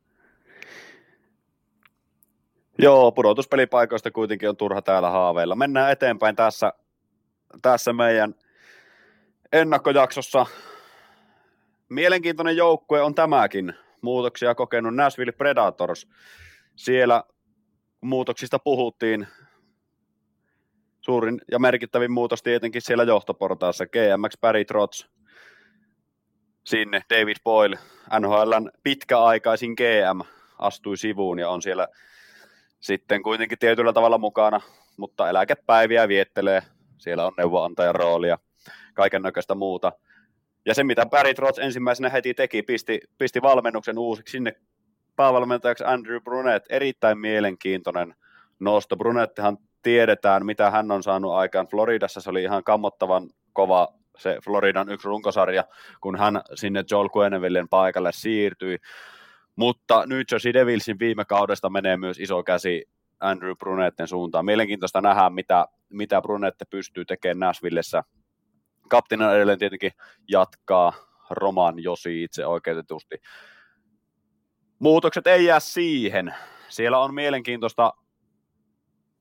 Joo, pudotuspelipaikoista kuitenkin on turha täällä haaveilla. Mennään eteenpäin tässä, tässä meidän ennakkojaksossa. Mielenkiintoinen joukkue on tämäkin. Muutoksia kokenut Nashville Predators. Siellä muutoksista puhuttiin. Suurin ja merkittävin muutos tietenkin siellä johtoportaassa. G M X Barry Trotz sinne. David Boyle, N H L:n pitkäaikaisin G M, astui sivuun ja on siellä sitten kuitenkin tietyllä tavalla mukana, mutta eläkepäiviä viettelee. Siellä on neuvonantajan roolia, kaiken näköistä muuta. Ja se, mitä Barry Trotz ensimmäisenä heti teki, pisti, pisti valmennuksen uusiksi sinne päävalmentajaksi Andrew Brunette. Erittäin mielenkiintoinen nosto. Brunettehan tiedetään, mitä hän on saanut aikaan Floridassa. Se oli ihan kammottavan kova se Floridan yksi runkosarja, kun hän sinne Joel Quennevillen paikalle siirtyi. Mutta New Jersey Devilsin viime kaudesta menee myös iso käsi Andrew Brunetten suuntaan. Mielenkiintoista nähdä, mitä, mitä Brunette pystyy tekemään Nashvillessä. Kapteenina edelleen tietenkin jatkaa Roman Josi itse oikeutetusti. Muutokset ei jää siihen. Siellä on mielenkiintoista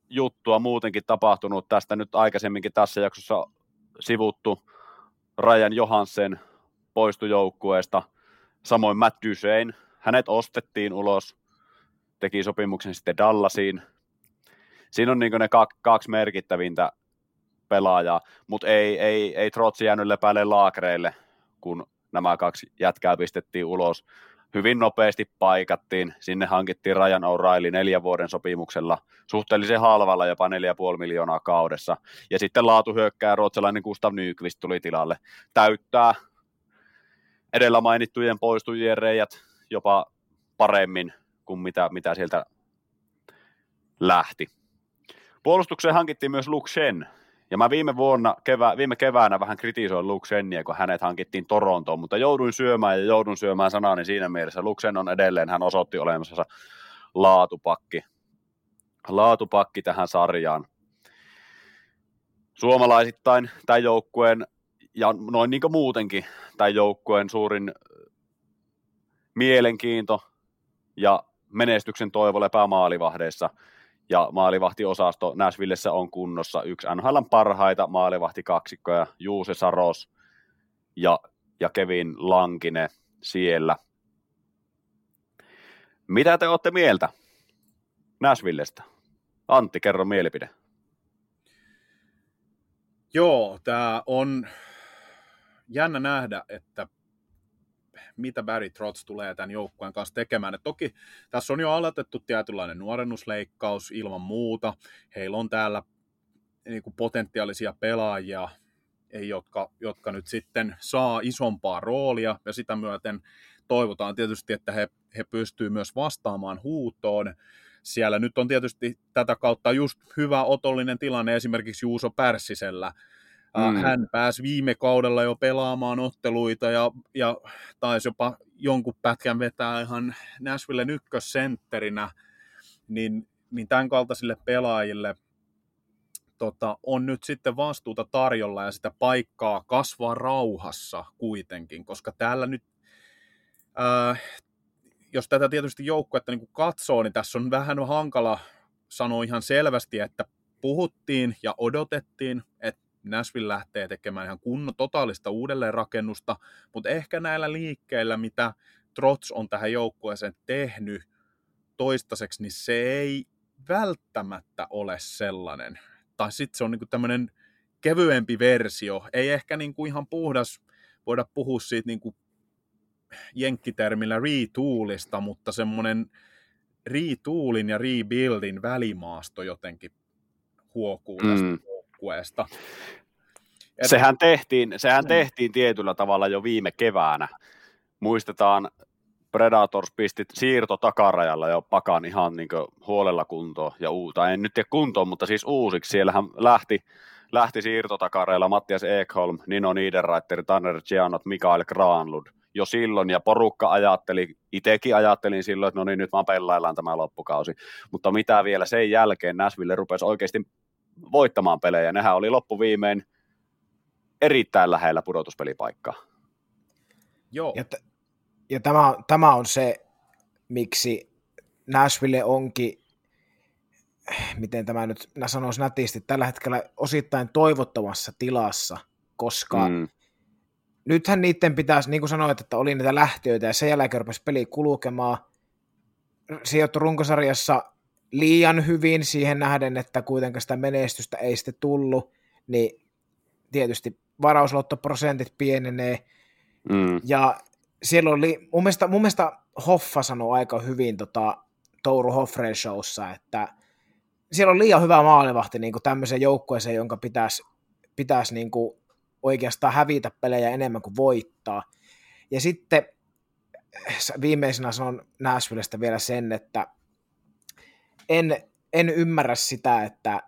juttua muutenkin tapahtunut. Tästä nyt aikaisemminkin tässä jaksossa sivuttu Ryan Johansen poistui joukkueesta. Samoin Matt Duchene. Hänet ostettiin ulos. Teki sopimuksen sitten Dallasiin. Siinä on niin ne kaksi merkittävintä pelaajaa, mutta ei, ei, ei Trotsi jäänyt lepäille laakreille, kun nämä kaksi jätkää pistettiin ulos. Hyvin nopeasti paikattiin. Sinne hankittiin Ryan O'Reilly neljän vuoden sopimuksella, suhteellisen halvalla, jopa neljä pilkku viisi miljoonaa kaudessa. Ja sitten laatuhyökkääjä ruotsalainen Gustav Nyqvist tuli tilalle. Täyttää edellä mainittujen poistujien reijät jopa paremmin kuin mitä, mitä sieltä lähti. Puolustukseen hankittiin myös Luke Schenn. Ja mä viime vuonna, kevä, viime keväänä vähän kritisoin Luke Schenniä, kun hänet hankittiin Torontoon, mutta jouduin syömään ja joudun syömään sanani siinä mielessä. Luke Schenn on edelleen, hän osoitti olemassansa laatupakki. Laatupakki tähän sarjaan. Suomalaisittain tämän joukkueen, ja noin niin kuin muutenkin, tämän joukkueen suurin mielenkiinto ja menestyksen toivo lepää maalivahdeissa. Ja maalivahtiosasto Nashvillessä on kunnossa yksi N H L:n parhaita maalivahtikaksikkoja, Juuse Saros ja, ja Kevin Lankinen siellä. Mitä te olette mieltä Nashvillestä? Antti, kerro mielipide. Joo, tämä on jännä nähdä, että mitä Barry Trotz tulee tämän joukkueen kanssa tekemään. Et toki tässä on jo aloitettu tietynlainen nuorennusleikkaus ilman muuta. Heillä on täällä niin kuin potentiaalisia pelaajia, jotka, jotka nyt sitten saa isompaa roolia, ja sitä myöten toivotaan tietysti, että he, he pystyvät myös vastaamaan huutoon. Siellä nyt on tietysti tätä kautta just hyvä otollinen tilanne esimerkiksi Juuso Pärssisellä. Mm. Hän pääsi viime kaudella jo pelaamaan otteluita ja, ja taisi jopa jonkun pätkän vetää ihan Nashvillen ykkössentterinä, niin, niin tämän kaltaisille pelaajille tota, on nyt sitten vastuuta tarjolla ja sitä paikkaa kasvaa rauhassa kuitenkin, koska täällä nyt, ää, jos tätä tietysti joukkuetta niin kuin katsoo, niin tässä on vähän hankala sanoa ihan selvästi, että puhuttiin ja odotettiin, että Nashville lähtee tekemään ihan kunnon totaalista uudelleenrakennusta, mutta ehkä näillä liikkeillä, mitä Trotz on tähän joukkueeseen tehnyt toistaiseksi, niin se ei välttämättä ole sellainen. Tai sitten se on niinku tämmöinen kevyempi versio, ei ehkä niinku ihan puhdas, voida puhua siitä niinku jenkkitermillä retoolista, mutta semmoinen retoolin ja rebuildin välimaasto jotenkin huokuu tästä mm. joukkueesta. Et... Sehän, tehtiin, sehän mm. tehtiin tietyllä tavalla jo viime keväänä. Muistetaan, Predators pisti siirto takarajalla jo pakan ihan niin huolella kuntoon ja uuta. En nyt tiedä kuntoon, mutta siis uusiksi. Siellähän lähti, lähti siirto takarajalla Mattias Ekholm, Nino Niederreiter, Tanner Gianot, Mikael Granlund jo silloin, ja porukka ajatteli, itsekin ajattelin silloin, että no niin, nyt vaan pellaillaan tämä loppukausi. Mutta mitä vielä sen jälkeen Nashville rupesi oikeasti voittamaan pelejä. Nehän oli loppuviimein erittäin lähellä pudotuspelipaikkaa. Joo. Ja, t- ja tämä, tämä on se, miksi Nashville onkin, miten tämä nyt sanoisi nätisti, tällä hetkellä osittain toivottomassa tilassa, koska mm. nythän niiden pitäisi, niin kuin sanoit, että oli niitä lähtiöitä ja sen jälkeen rupesi peli kulkemaan. Sijoittui runkosarjassa liian hyvin siihen nähden, että kuitenkaan sitä menestystä ei sitten tullut, niin tietysti varausluottoprosentit pienenee. Mm. Ja siellä oli, mun mielestä, mun mielestä Hoffa sanoi aika hyvin tota, Touru Hoffren showssa, että siellä on liian hyvä maalivahti niin kuin tämmöiseen joukkueeseen, jonka pitäisi, pitäisi niin kuin oikeastaan hävitä pelejä enemmän kuin voittaa. Ja sitten viimeisenä sanon Nashvillestä vielä sen, että en, en ymmärrä sitä, että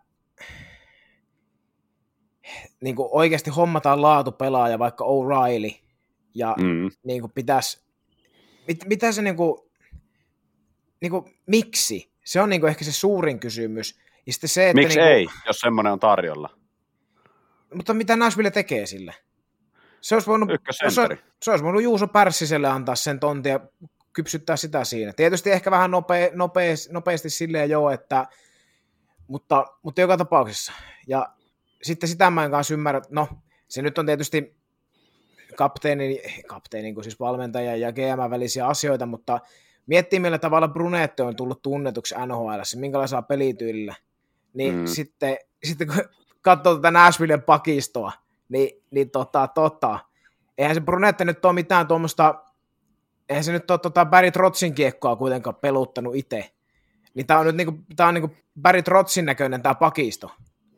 niin kuin oikeasti hommataan laatupelaaja, vaikka O'Reilly, ja mm. niin kuin pitäisi, mit, mitä se niin kuin, niin kuin, miksi? Se on niin kuin ehkä se suurin kysymys. Ja sitten se, että miksi niin kuin, ei, jos semmoinen on tarjolla? Mutta mitä Nashville tekee sille? Se olisi voinut, se, se olisi voinut Juuso Pärssiselle antaa sen tontin ja kypsyttää sitä siinä. Tietysti ehkä vähän nopea, nopea, nopeasti silleen jo, että mutta, mutta joka tapauksessa. Ja sitten sitä mä en kanssa ymmärrä, no se nyt on tietysti kapteenin, kapteenin kuin siis valmentajan ja G M välisiä asioita, mutta miettii millä tavalla Brunette on tullut tunnetuksi N H L:ssä, minkälaisella pelityylillä, niin mm. sitten, sitten kun katsoo tätä Nashvillen pakistoa, niin, niin tota, tota, eihän se Brunette nyt ole mitään tuommoista, eihän se nyt ole tota Barry Trotzin kiekkoa kuitenkaan peluttanut itse. Niin tää on nyt niinku, tää on niinku Barry Trotzin näköinen tää pakisto.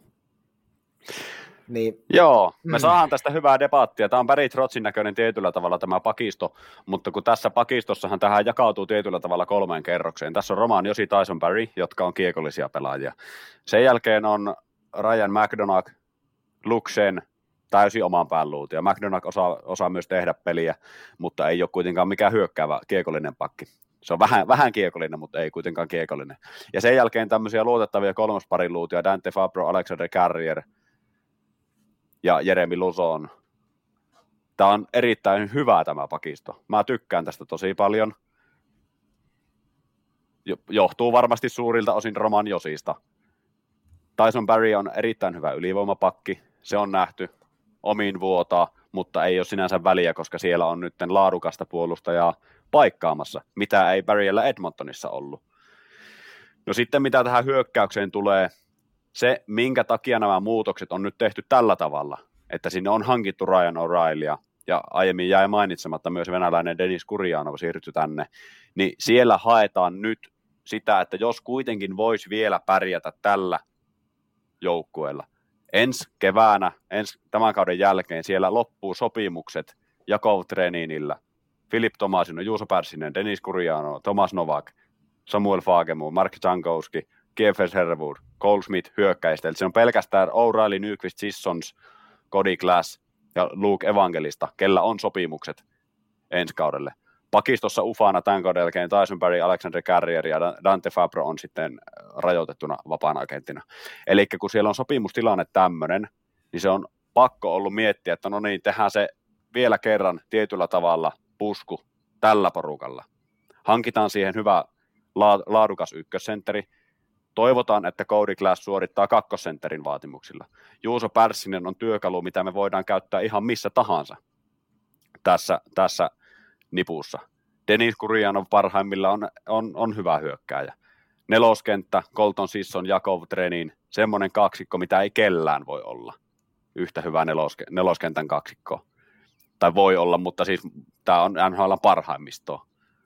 Niin. Joo, me mm. saadaan tästä hyvää debattia. Tämä on Barry Trotzin näköinen tietyllä tavalla tämä pakisto, mutta kun tässä pakistossahan tähän jakautuu tietyllä tavalla kolmeen kerrokseen. Tässä on Roman Josi, Tyson Barrie, jotka on kiekollisia pelaajia. Sen jälkeen on Ryan McDonagh, Luke Schenn, täysin oman pään luuti. Ja McDonagh osaa, osaa myös tehdä peliä, mutta ei ole kuitenkaan mikään hyökkäävä kiekollinen pakki. Se on vähän, vähän kiekollinen, mutta ei kuitenkaan kiekollinen. Ja sen jälkeen tämmöisiä luotettavia kolmosparin luutia, Dante Fabro, Alexander Carrier ja Jeremy Lauzon. Tämä on erittäin hyvä tämä pakisto. Mä tykkään tästä tosi paljon. Johtuu varmasti suurilta osin Roman Josista. Tyson Barrie on erittäin hyvä ylivoimapakki. Se on nähty omiin vuotaa, mutta ei ole sinänsä väliä, koska siellä on nyt laadukasta puolustajaa paikkaamassa, mitä ei Barriella Edmontonissa ollut. No sitten mitä tähän hyökkäykseen tulee, se minkä takia nämä muutokset on nyt tehty tällä tavalla, että sinne on hankittu Ryan O'Reilly ja aiemmin jäi mainitsematta myös venäläinen Denis Gurianov siirtyi tänne, niin siellä haetaan nyt sitä, että jos kuitenkin voisi vielä pärjätä tällä joukkueella. Ensi keväänä, ensi tämän kauden jälkeen siellä loppuu sopimukset Jakov Treninillä, Filip Tomasino, Juuso Pärssinen, Denis Gurianov, Tomas Novak, Samuel Fagemo, Mark Jankowski, Kiefer Herwood, Cole Smith hyökkäistä. Eli se on pelkästään O'Reilly, Nyqvist, Sissons, Cody Glass ja Luke Evangelista, kellä on sopimukset ensi kaudelle. Pakistossa ufana tämän kauden jälkeen Tyson Barrie, Alexander Carrier ja Dante Fabro on sitten rajoitettuna vapaana agenttina. Eli kun siellä on sopimustilanne tämmöinen, niin se on pakko ollut miettiä, että no niin, tehdään se vielä kerran tietyllä tavalla pusku tällä porukalla. Hankitaan siihen hyvä laadukas ykkössentteri. Toivotaan, että Cody Glass suorittaa kakkosentterin vaatimuksilla. Juuso Pärssinen on työkalu, mitä me voidaan käyttää ihan missä tahansa tässä, tässä nipussa. Denis Gurianov parhaimmillaan on, on, on hyvä hyökkääjä. Neloskenttä, Colton Sisson, Jakov Trenin, semmoinen kaksikko, mitä ei kellään voi olla. Yhtä hyvää neloske, neloskentän kaksikko. Tai voi olla, mutta siis tämä on N H L:n parhaimmistoa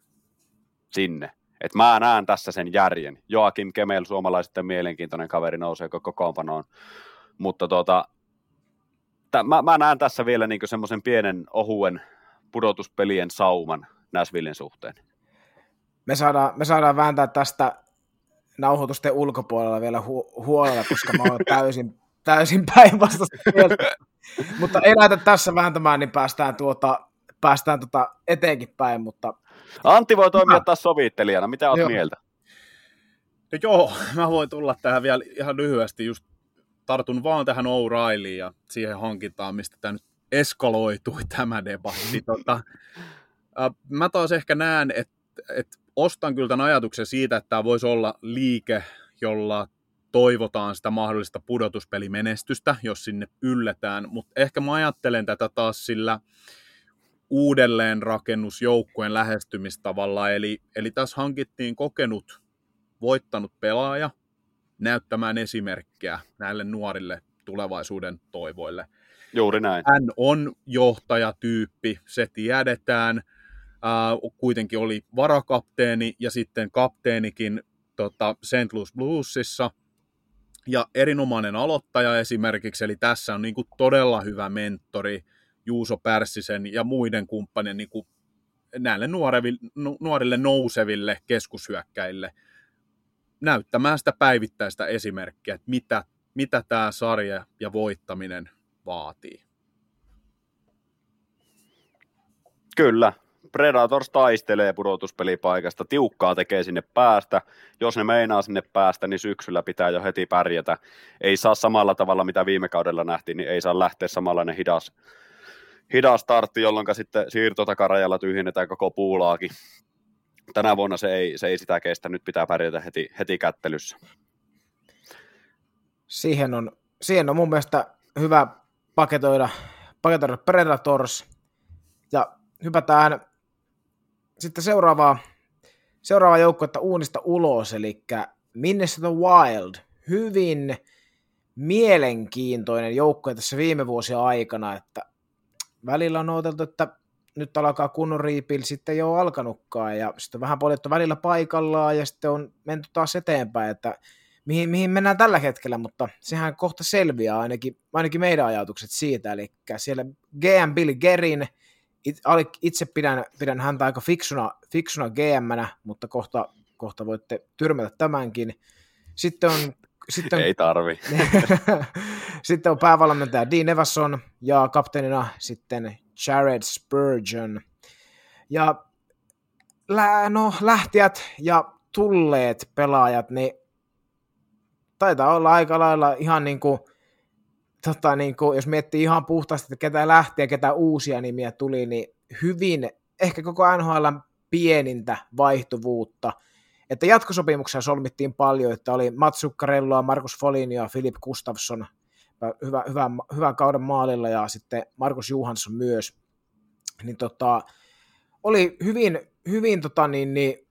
sinne. Et mä näen tässä sen järjen. Joakim Kemel, suomalaisten mielenkiintoinen kaveri, nousee koko kokoonpanoon. Mutta tota, t- mä, mä näen tässä vielä niinku semmoisen pienen ohuen pudotuspelien sauman Nashvillen suhteen. Me saadaan, me saadaan vääntää tästä nauhoitusten ulkopuolella vielä hu- huolella, koska mä oon täysin, täysin päinvastaista mieltä. Mutta ei lähdetä tässä vääntämään, niin päästään, tuota, päästään tuota eteenkin päin. Mutta Antti voi toimia taas sovittelijana. Mitä oot joo. mieltä? No joo, mä voin tulla tähän vielä ihan lyhyesti. Just tartun vaan tähän O'Reillyin ja siihen hankintaan, mistä tämä nyt eskaloitui tämä debatti. Tota, äh, mä taas ehkä näen, että et ostan kyllä tämän ajatuksen siitä, että tämä voisi olla liike, jolla toivotaan sitä mahdollista pudotuspelimenestystä, jos sinne ylletään, mutta ehkä mä ajattelen tätä taas sillä uudelleenrakennusjoukkueen lähestymistavalla, eli, eli tässä hankittiin kokenut, voittanut pelaaja näyttämään esimerkkiä näille nuorille tulevaisuuden toivoille. Juuri näin. Hän on johtajatyyppi, se tiedetään. Äh, kuitenkin oli varakapteeni ja sitten kapteenikin tota, Saint Louis Bluesissa. Ja erinomainen aloittaja esimerkiksi, eli tässä on niin kuin todella hyvä mentori Juuso Pärssisen ja muiden kumppanien niin kuin näille nuorille nouseville keskushyökkäille näyttämään sitä päivittäistä esimerkkiä, että mitä, mitä tämä sarja ja voittaminen vaatii. Kyllä. Predators taistelee pudotuspelipaikasta, tiukkaa tekee sinne päästä. Jos ne meinaa sinne päästä, niin syksyllä pitää jo heti pärjätä. Ei saa samalla tavalla, mitä viime kaudella nähtiin, niin ei saa lähteä samanlainen hidas, hidas startti, jolloin sitten siirtotakarajalla tyhjennetään koko puulaakin. Tänä vuonna se ei, se ei sitä kestä, nyt pitää pärjätä heti, heti kättelyssä. siihen on, siihen on mun mielestä hyvä paketoida, paketoida Predators, ja hypätään sitten seuraavaa, seuraavaa joukkuetta uunista ulos, eli Minnesota Wild, hyvin mielenkiintoinen joukkue tässä viime vuosien aikana, että välillä on odoteltu, että nyt alkaa kunnon rebuild, sitten ei ole alkanutkaan, ja sitten on vähän poljettu välillä paikallaan, ja sitten on menty taas eteenpäin, että mihin, mihin mennään tällä hetkellä, mutta sehän kohta selviää ainakin, ainakin meidän ajatukset siitä, eli siellä G M Bill Guerin, itse pidän, pidän häntä aika fiksuna, fiksuna G M-nä, mutta kohta, kohta voitte tyrmätä tämänkin. Sitten on Sitten on, ei tarvi. Sitten on päävalmentaja Dean Evason ja kapteenina sitten Jared Spurgeon. Ja no, lähtijät ja tulleet pelaajat, niin taitaa olla aika lailla ihan niin kuin, tota niin kuin, jos miettii ihan puhtaasti, että ketä lähti ja ketä uusia nimiä tuli, niin hyvin, ehkä koko N H L:n pienintä vaihtuvuutta. Että jatkosopimuksia solmittiin paljon, että oli Mats Zuccarelloa, Markus Foligno ja Filip Gustafsson hyvä, hyvä, hyvän kauden maalilla ja sitten Markus Johansson myös. Niin tota, oli hyvin, hyvin tota niin, niin,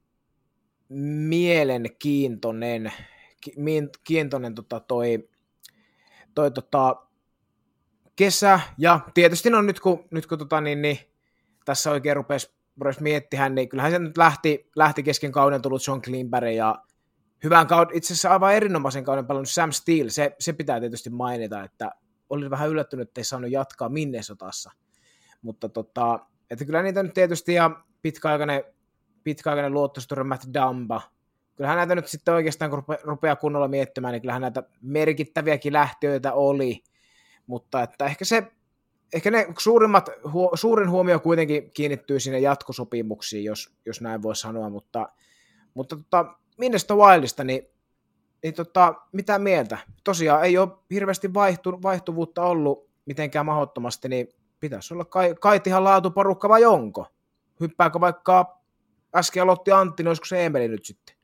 mielenkiintoinen kiintoinen, tota, toi, toi tota, kesä ja tietysti no, nyt kun, nyt kun tota, niin, niin, tässä oikein rupesi rupesi miettimään, niin kyllähän se nyt lähti, lähti kesken kauden tullut John Klingberg ja hyvän kauden, itse asiassa aivan erinomaisen kauden pelannut Sam Steele, se, se pitää tietysti mainita, että oli vähän yllättynyt, että ei saanut jatkaa Minnesotassa, mutta tota, että kyllä niitä nyt tietysti ja pitkäaikainen, pitkäaikainen luottostori Matt Dumba, kyllähän näitä nyt sitten oikeastaan kun rupeaa kunnolla miettimään, niin kyllähän näitä merkittäviäkin lähtiöitä oli, mutta että ehkä se Ehkä ne suurimmat, suurin huomio kuitenkin kiinnittyy sinne jatkosopimuksiin, jos, jos näin voi sanoa, mutta, mutta tota, Minnesota Wildista, niin, niin tota, mitä mieltä? Tosiaan ei ole hirveästi vaihtu, vaihtuvuutta ollut mitenkään mahdottomasti, niin pitäisi olla kai, kai ihan laatuporukka vai onko? Hyppääkö vaikka äsken aloitti Antti, niin olisiko se Emeli nyt sitten?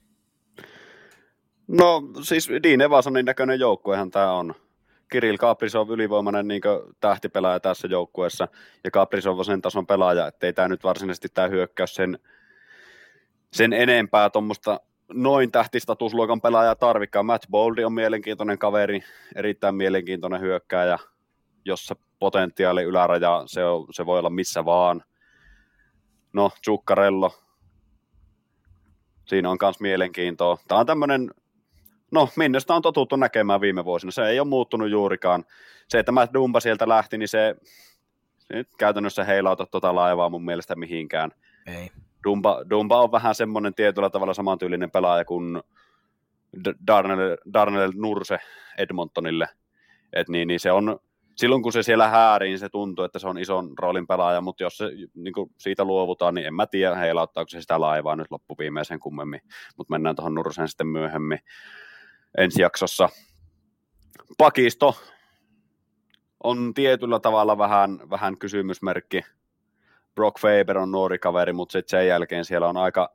No siis Dean Evasonin näköinen joukkuehan tämä on. Kirill Kaprizov ylivoimainen niin tähtipelaaja tässä joukkueessa, ja Kaprizov on sen tason pelaaja, ettei tämä nyt varsinaisesti tämä hyökkäys sen, sen enempää tuommoista noin tähtistatusluokan pelaajaa tarvikaan. Matt Boldy on mielenkiintoinen kaveri, erittäin mielenkiintoinen hyökkääjä, jossa potentiaali yläraja, se, on, se voi olla missä vaan. No, Zuccarello, siinä on myös mielenkiintoa. Tämä on tämmöinen, no Minnestä on totuttu näkemään viime vuosina, se ei ole muuttunut juurikaan. Se, että Matt Dumba sieltä lähti, niin se, se nyt käytännössä heilauta tuota laivaa mun mielestä mihinkään. Ei. Dumba, Dumba on vähän semmoinen tietyllä tavalla samantyylinen pelaaja kuin Darnell, Darnell Nurse Edmontonille. Et niin, niin se on, silloin kun se siellä häärii, niin se tuntuu, että se on ison roolin pelaaja, mutta jos se, niin kuin siitä luovutaan, niin en mä tiedä, heilauttaako se sitä laivaa nyt loppuviimeisen kummemmin, mutta mennään tuohon Nurseen sitten myöhemmin ensi jaksossa. Pakisto on tietyllä tavalla vähän, vähän kysymysmerkki. Brock Faber on nuori kaveri, mutta sitten sen jälkeen siellä on aika,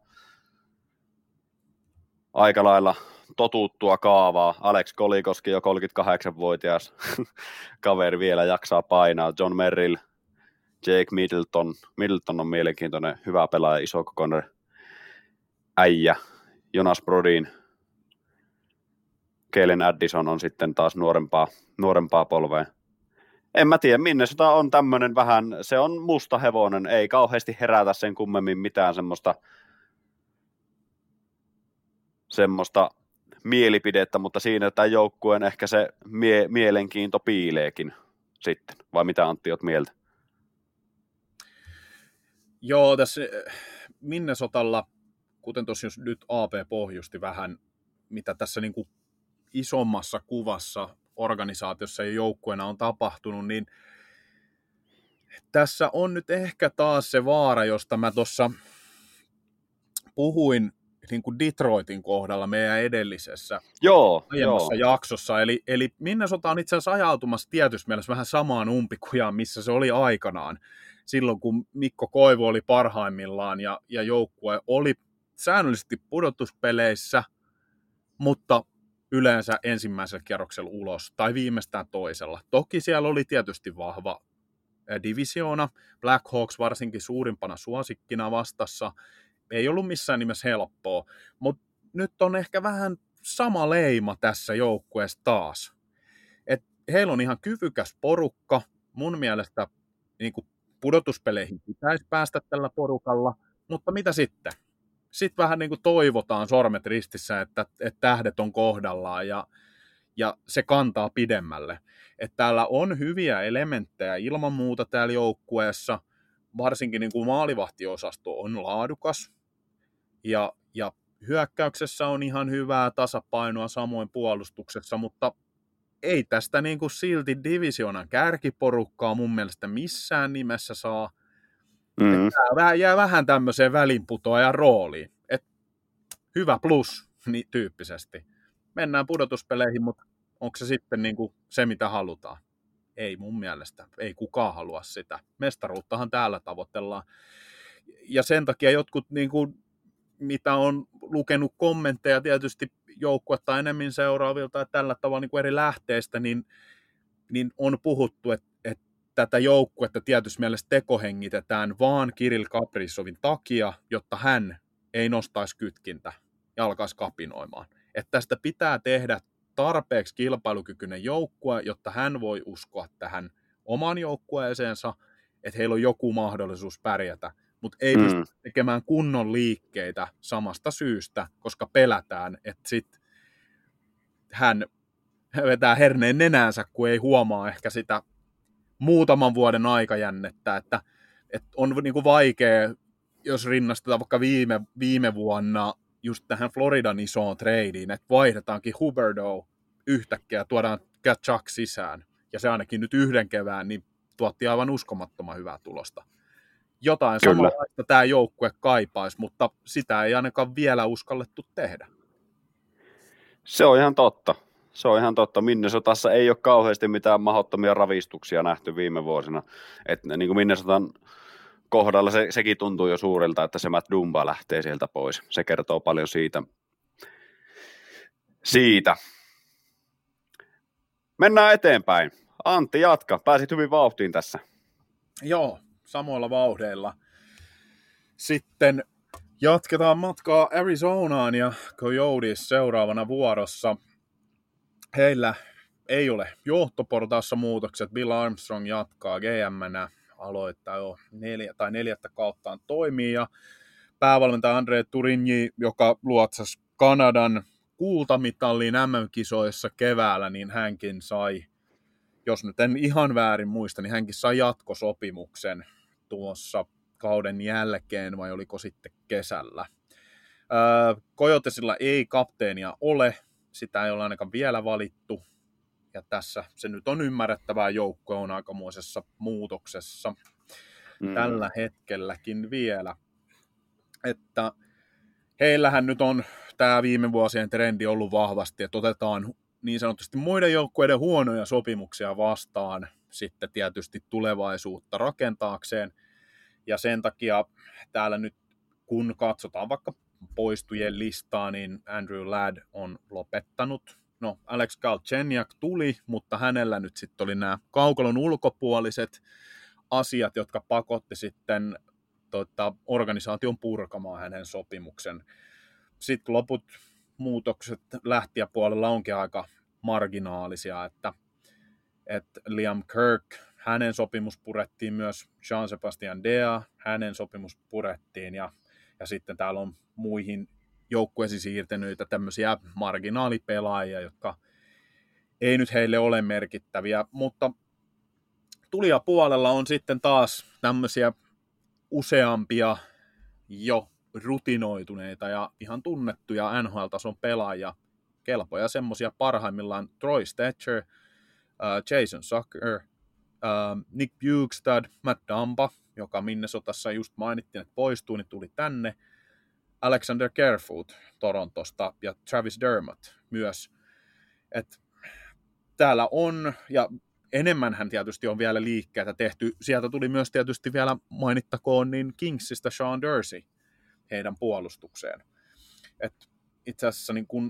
aika lailla totuttua kaavaa. Alex Kolikoski jo kolmekymmentäkahdeksanvuotias kaveri vielä jaksaa painaa. John Merrill, Jake Middleton. Middleton on mielenkiintoinen, hyvä pelaaja, isokokoinen äijä. Jonas Brodin. Kellen Addison on sitten taas nuorempaa, nuorempaa polvea. En mä tiedä, Minnesota on tämmöinen vähän, se on musta hevonen, ei kauheasti herätä sen kummemmin mitään semmoista, semmoista mielipidettä, mutta siinä tämän joukkueen ehkä se mie- mielenkiinto piileekin sitten. Vai mitä Antti oot mieltä? Joo, tässä Minnesotalla, kuten tuossa jos nyt A P pohjusti vähän, mitä tässä niin kuin isommassa kuvassa organisaatiossa ja joukkueena on tapahtunut, niin tässä on nyt ehkä taas se vaara, josta mä tuossa puhuin niin kuin Detroitin kohdalla meidän edellisessä joo, aiemmassa joo. jaksossa. Eli, eli Minnesota on itse asiassa ajautumassa tietyssä mielessä vähän samaan umpikujaan, missä se oli aikanaan. Silloin, kun Mikko Koivu oli parhaimmillaan ja, ja joukkue oli säännöllisesti pudotuspeleissä, mutta yleensä ensimmäisellä kierroksella ulos tai viimeistään toisella. Toki siellä oli tietysti vahva divisioona, Black Hawks varsinkin suurimpana suosikkina vastassa. Ei ollut missään nimessä helppoa, mutta nyt on ehkä vähän sama leima tässä joukkueessa taas. Et heillä on ihan kyvykäs porukka. Mun mielestä niin kuin pudotuspeleihin pitäisi päästä tällä porukalla, mutta mitä sitten? Sitten vähän niin kuin toivotaan sormet ristissä, että, että tähdet on kohdallaan ja, ja se kantaa pidemmälle. Että täällä on hyviä elementtejä ilman muuta täällä joukkueessa, varsinkin niin kuin maalivahtiosasto on laadukas ja, ja hyökkäyksessä on ihan hyvää tasapainoa samoin puolustuksessa, mutta ei tästä niin kuin silti divisioonan kärkiporukkaa mun mielestä missään nimessä saa. Mm. Tämä jää vähän tämmöiseen välinputoajan rooliin. Et hyvä plus niin, tyyppisesti. Mennään pudotuspeleihin, mutta onko se sitten niin kuin se, mitä halutaan? Ei mun mielestä. Ei kukaan halua sitä. Mestaruuttahan täällä tavoitellaan. Ja sen takia jotkut, niin kuin, mitä on lukenut kommentteja tietysti joukkuetta enemmän seuraavilta ja tällä tavalla niin kuin eri lähteistä, niin, niin on puhuttu, että, että tätä joukkuetta tietysti mielessä tekohengitetään vaan Kirill Kaprizovin takia, jotta hän ei nostaisi kytkintä ja alkaisi kapinoimaan. Että tästä pitää tehdä tarpeeksi kilpailukykyinen joukkue, jotta hän voi uskoa tähän omaan joukkueeseensa, että heillä on joku mahdollisuus pärjätä, mutta ei mm. pysty tekemään kunnon liikkeitä samasta syystä, koska pelätään, että sitten hän vetää herneen nenäänsä, kun ei huomaa ehkä sitä muutaman vuoden aikajännettä, että, että on niin kuin vaikea, jos rinnastetaan vaikka viime, viime vuonna just tähän Floridan isoon treidiin, että vaihdetaankin Huberdeau yhtäkkiä ja tuodaan Tkachuk sisään, ja se ainakin nyt yhden kevään niin tuotti aivan uskomattoman hyvää tulosta. Jotain Kyllä. samanlaista tämä joukkue kaipaisi, mutta sitä ei ainakaan vielä uskallettu tehdä. Se on ihan totta. Se on ihan totta. Minnesotassa ei ole kauheasti mitään mahdottomia ravistuksia nähty viime vuosina. Että niin kuin Minnesotan kohdalla se, sekin tuntuu jo suurelta, että se Matt Dumba lähtee sieltä pois. Se kertoo paljon siitä. siitä. Mennään eteenpäin. Antti, jatka. Pääsit hyvin vauhtiin tässä. Joo, samoilla vauhdeilla. Sitten jatketaan matkaa Arizonaan ja Coyotes seuraavana vuorossa. Heillä ei ole johtoportaassa muutokset. Bill Armstrong jatkaa G M:nä, aloittaa jo neljä, tai neljättä kauttaan toimii. Ja päävalmentaja Andre Tourigny, joka luotsasi Kanadan kultamitalliin M M-kisoissa keväällä, niin hänkin sai, jos nyt en ihan väärin muista, niin hänkin sai jatkosopimuksen tuossa kauden jälkeen, vai oliko sitten kesällä. Coyotesilla ei kapteenia ole, sitä ei ole ainakaan vielä valittu, ja tässä se nyt on ymmärrettävää, joukko on aikamoisessa muutoksessa mm. tällä hetkelläkin vielä. Että heillähän nyt on tämä viime vuosien trendi ollut vahvasti, että otetaan niin sanotusti muiden joukkueiden huonoja sopimuksia vastaan sitten tietysti tulevaisuutta rakentaakseen, ja sen takia täällä nyt, kun katsotaan vaikka poistujien listaa, niin Andrew Ladd on lopettanut. No, Alex Galchenyuk tuli, mutta hänellä nyt sitten oli nämä kaukalon ulkopuoliset asiat, jotka pakotti sitten tota, organisaation purkamaan hänen sopimuksen. Sitten loput muutokset lähtijäpuolella onkin aika marginaalisia, että, että Liam Kirk, hänen sopimus purettiin myös, Jean-Sebastien Dea, hänen sopimus purettiin, ja, ja sitten täällä on muihin joukkueisiin siirtyneitä tämmöisiä marginaalipelaajia, jotka ei nyt heille ole merkittäviä, mutta tulijapuolella on sitten taas tämmöisiä useampia jo rutinoituneita ja ihan tunnettuja N H L-tason pelaajia, kelpoja semmoisia parhaimmillaan Troy Stecher, uh, Jason Zucker, uh, Nick Bjugstad, Matt Dumba, joka Minnesotassa just mainittiin, että poistuu, niin tuli tänne, Alexander Kerfoot Torontosta ja Travis Dermott myös. Et täällä on, ja enemmänhän tietysti on vielä liikkeitä tehty. Sieltä tuli myös tietysti vielä mainittakoon niin Kingsistä Sean Durzi heidän puolustukseen. Et itse asiassa niin kun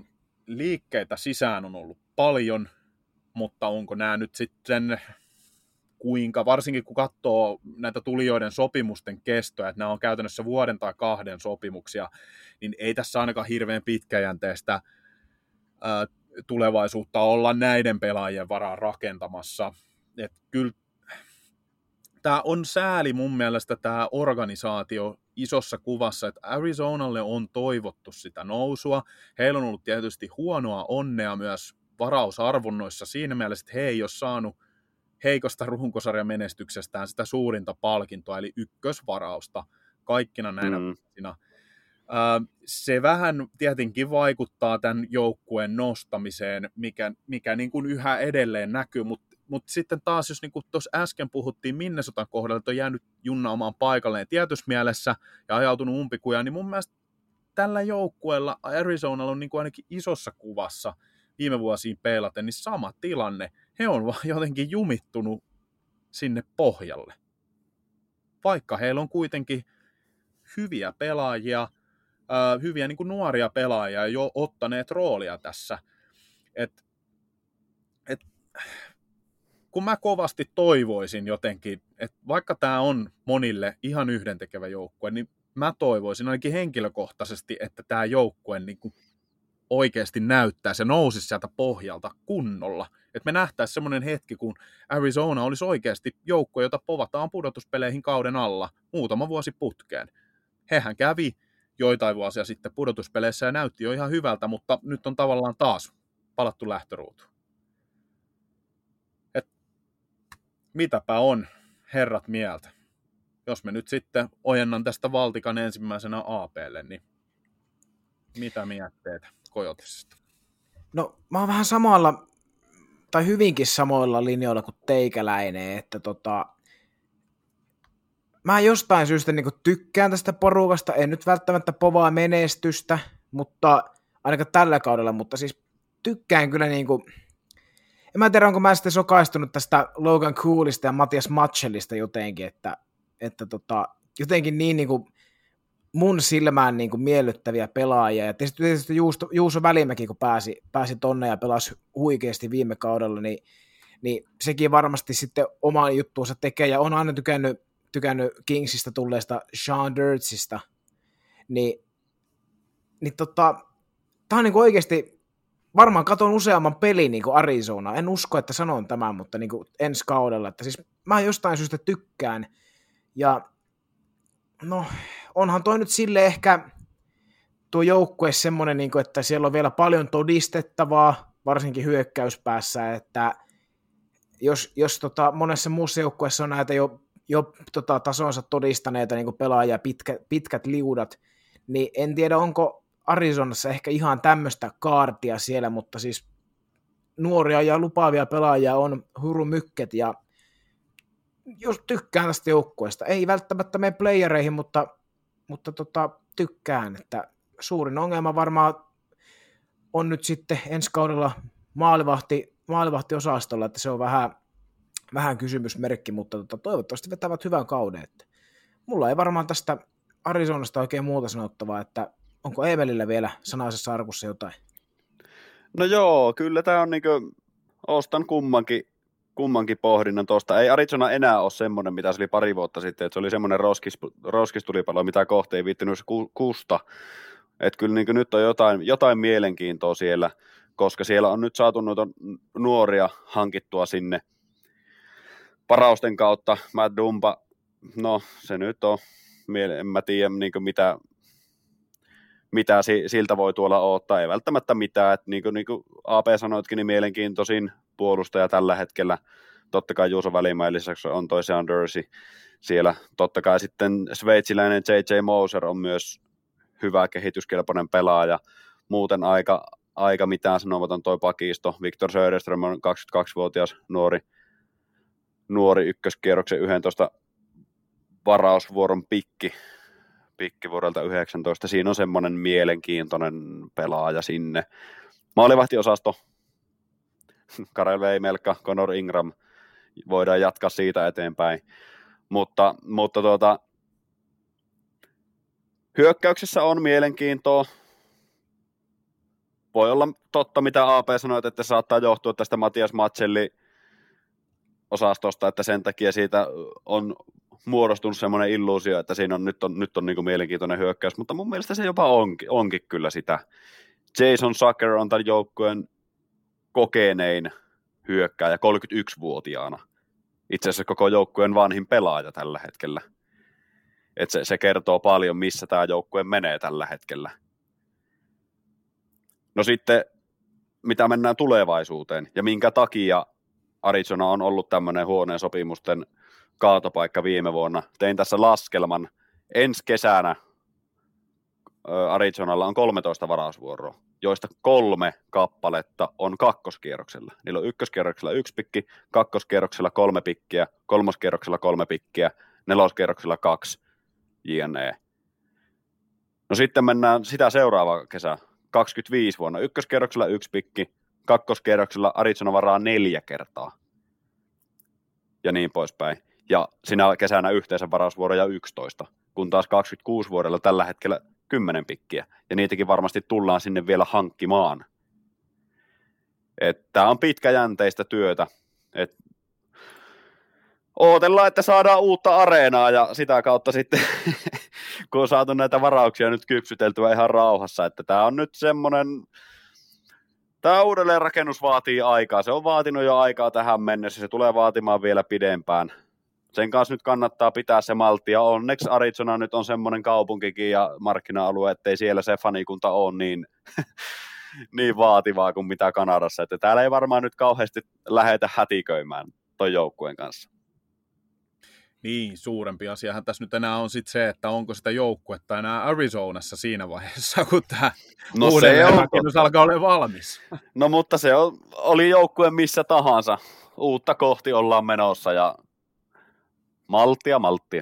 liikkeitä sisään on ollut paljon, mutta onko nämä nyt sitten kuinka, varsinkin kun katsoo näitä tulijoiden sopimusten kestoja, että nämä on käytännössä vuoden tai kahden sopimuksia, niin ei tässä ainakaan hirveän pitkäjänteistä ää, tulevaisuutta olla näiden pelaajien varaan rakentamassa. Et kyllä tämä on sääli mun mielestä tämä organisaatio isossa kuvassa, että Arizonalle on toivottu sitä nousua. Heillä on ollut tietysti huonoa onnea myös varausarvonnoissa siinä mielessä, että he ei ole saanut heikosta runkosarjan menestyksestään sitä suurinta palkintoa, eli ykkösvarausta kaikkina näinä Mm. vuosina. Se vähän tietenkin vaikuttaa tämän joukkueen nostamiseen, mikä, mikä niin kuin yhä edelleen näkyy, mutta Mutta sitten taas, jos niin kuin tuossa äsken puhuttiin Minnesotan kohdalla, että on jäänyt junnaamaan paikalleen tietyssä mielessä ja ajautunut umpikujaan, niin mun mielestä tällä joukkueella Arizonalla on niin kuin ainakin isossa kuvassa viime vuosiin peilaten, niin sama tilanne. He on vaan jotenkin jumittunut sinne pohjalle. Vaikka heillä on kuitenkin hyviä pelaajia, äh, hyviä niin kuin nuoria pelaajia jo ottaneet roolia tässä. Et, et, kun mä kovasti toivoisin jotenkin, että vaikka tämä on monille ihan yhdentekevä joukkue, niin mä toivoisin ainakin henkilökohtaisesti, että tämä joukkue niin kuin oikeasti näyttää, se nousisi sieltä pohjalta kunnolla. Että me nähtäisiin semmoinen hetki, kun Arizona olisi oikeasti joukkue, jota povataan pudotuspeleihin kauden alla muutama vuosi putkeen. Hehän kävi joitain vuosia sitten pudotuspeleissä ja näytti jo ihan hyvältä, mutta nyt on tavallaan taas palattu lähtöruutuun. Mitäpä on herrat mieltä? Jos me nyt sitten ojennan tästä Valtikan ensimmäisenä A P:lle, niin mitä mietteet Kojotesista? No mä oon vähän samalla, tai hyvinkin samoilla linjoilla kuin teikäläinen, että tota, mä jostain syystä niin kuin tykkään tästä porukasta, en nyt välttämättä povaa menestystä, mutta ainakaan tällä kaudella, mutta siis tykkään kyllä niin kuin, en mä tiedä, onko mä sitten sokaistunut tästä Logan Coolista ja Matias Matchellista jotenkin, että, että tota, jotenkin niin, niin kuin mun silmään niin kuin miellyttäviä pelaajia. Ja tietysti, tietysti Juuso, Juuso Välimäki, kun pääsi, pääsi tonne ja pelasi huikeasti viime kaudella, niin, niin sekin varmasti sitten omaa juttuunsa tekee. Ja on aina tykännyt, tykännyt Kingsista tulleesta Sean Dirtsista. Niin, niin tota, tää on niin kuin oikeasti, varmaan katon useamman pelin niin kuin Arizona. En usko, että sanon tämän, mutta niin kuin ensi kaudella. Että siis mä jostain syystä tykkään. Ja no, onhan toi nyt sille ehkä tuo joukkue semmoinen, niin kuin, että siellä on vielä paljon todistettavaa, varsinkin hyökkäyspäässä, että jos, jos tota, monessa muussa joukkueessa on näitä jo, jo tota, tasonsa todistaneita niin kuin pelaajia, pitkä, pitkät liudat, niin en tiedä, onko Arizonassa ehkä ihan tämmöistä kaartia siellä, mutta siis nuoria ja lupaavia pelaajia on hurumykket, ja jos tykkään tästä joukkueesta, ei välttämättä mene playereihin, mutta, mutta tota, tykkään, että suurin ongelma varmaan on nyt sitten ensi kaudella maalivahti, maalivahtiosastolla, että se on vähän, vähän kysymysmerkki, mutta tota, toivottavasti vetävät hyvän kauden. Että mulla ei varmaan tästä Arizonasta oikein muuta sanottavaa, että onko Emelillä vielä sanaisessa arkussa jotain? No joo, kyllä tämä on niinku, ostan kummankin, kummankin pohdinnan tuosta. Ei Arizona enää ole semmoinen, mitä se oli pari vuotta sitten, että se oli semmoinen roskis, roskistulipalo, mitä kohta ei viittynyt ku, kusta. Että kyllä niin nyt on jotain, jotain mielenkiintoa siellä, koska siellä on nyt saatu noita nuoria hankittua sinne parausten kautta. Matt Dumba, no se nyt on, en mä tiedä niin mitä, mitä siltä voi tuolla odottaa, ei välttämättä mitään. Että niin kuin, niin kuin A P sanoitkin, niin mielenkiintoisin puolustaja tällä hetkellä. Totta kai Juuso Välimäen lisäksi on toi Sean Dursey siellä. Totta kai sitten sveitsiläinen J J Moser on myös hyvä kehityskelpoinen pelaaja. Muuten aika, aika mitään sanomaton toi pakisto. Victor Söderström on kaksikymmentäkaksivuotias nuori, nuori ykköskierroksen yhdentoista varausvuoron pikki, pikki vuodelta yhdeksäntoista. Siinä on semmoinen mielenkiintoinen pelaaja sinne. Maalivahtiosasto, Karel Veimelka, Conor Ingram, voidaan jatkaa siitä eteenpäin. Mutta, mutta tuota, hyökkäyksessä on mielenkiintoa. voi olla totta, mitä A P sanoit, että se saattaa johtua tästä Matias Matselli osastosta, että sen takia siitä on muodostunut semmoinen illuusio, että siinä on nyt on, nyt on niin kuin mielenkiintoinen hyökkäys, mutta mun mielestä se jopa onkin, onkin kyllä sitä. Jason Sucker on tämän joukkueen kokenein hyökkääjä kolmekymmentäyksivuotiaana. Itse asiassa koko joukkueen vanhin pelaaja tällä hetkellä. Et se, se kertoo paljon, missä tämä joukkue menee tällä hetkellä. No sitten, mitä mennään tulevaisuuteen ja minkä takia Arizona on ollut tämmöinen huoneen sopimusten kaatopaikka viime vuonna. Tein tässä laskelman. Ensi kesänä Arizonalla on kolmetoista varausvuoroa, joista kolme kappaletta on kakkoskierroksella. Niillä on ykköskierroksella yksi pikki, kakkoskierroksella kolme pikkiä, kolmoskierroksella kolme pikkiä, neloskierroksella kaksi, jne. No sitten mennään sitä seuraava kesä, kaksikymmentäviisi vuonna. Ykköskierroksella yksi pikki, kakkoskierroksella Arizona varaa neljä kertaa. Ja niin poispäin. Ja sinä kesänä yhteensä varausvuoroja yksitoista, kun taas kaksikymmentäkuusi vuodella tällä hetkellä kymmenen pikkiä. Ja niitäkin varmasti tullaan sinne vielä hankkimaan. Tämä on pitkäjänteistä työtä. Et ootellaan, että saadaan uutta areenaa ja sitä kautta sitten, kun on saatu näitä varauksia nyt kypsyteltyä ihan rauhassa, että tämä on nyt semmoinen, tämä uudelleenrakennus vaatii aikaa. Se on vaatinut jo aikaa tähän mennessä, se tulee vaatimaan vielä pidempään. Sen kanssa nyt kannattaa pitää se maltti, ja onneksi Arizona nyt on semmoinen kaupunkikin ja markkina-alue, ettei siellä se fanikunta ole niin, niin vaativaa kuin mitä Kanadassa. Että täällä ei varmaan nyt kauheasti lähdetä hätiköimään ton joukkueen kanssa. Niin, suurempi asiahan tässä nyt enää on sitten se, että onko sitä joukkuetta enää Arizonassa siinä vaiheessa, kun tämä no uudelleenrakennus alkaa olla valmis. No mutta se on, oli joukkue missä tahansa. Uutta kohti ollaan menossa ja malttia, malttia.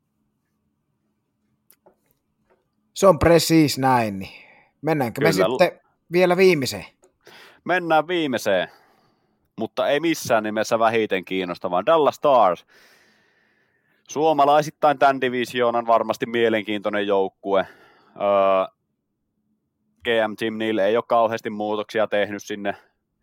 Se on precis näin. Niin. Mennäänkö Kyllä. me sitten vielä viimeiseen? Mennään viimeiseen, mutta ei missään nimessä vähiten kiinnostavaan. Dallas Stars. Suomalaisittain tämän divisioonan varmasti mielenkiintoinen joukkue. Öö, G M Jim Neal ei ole kauheasti muutoksia tehnyt sinne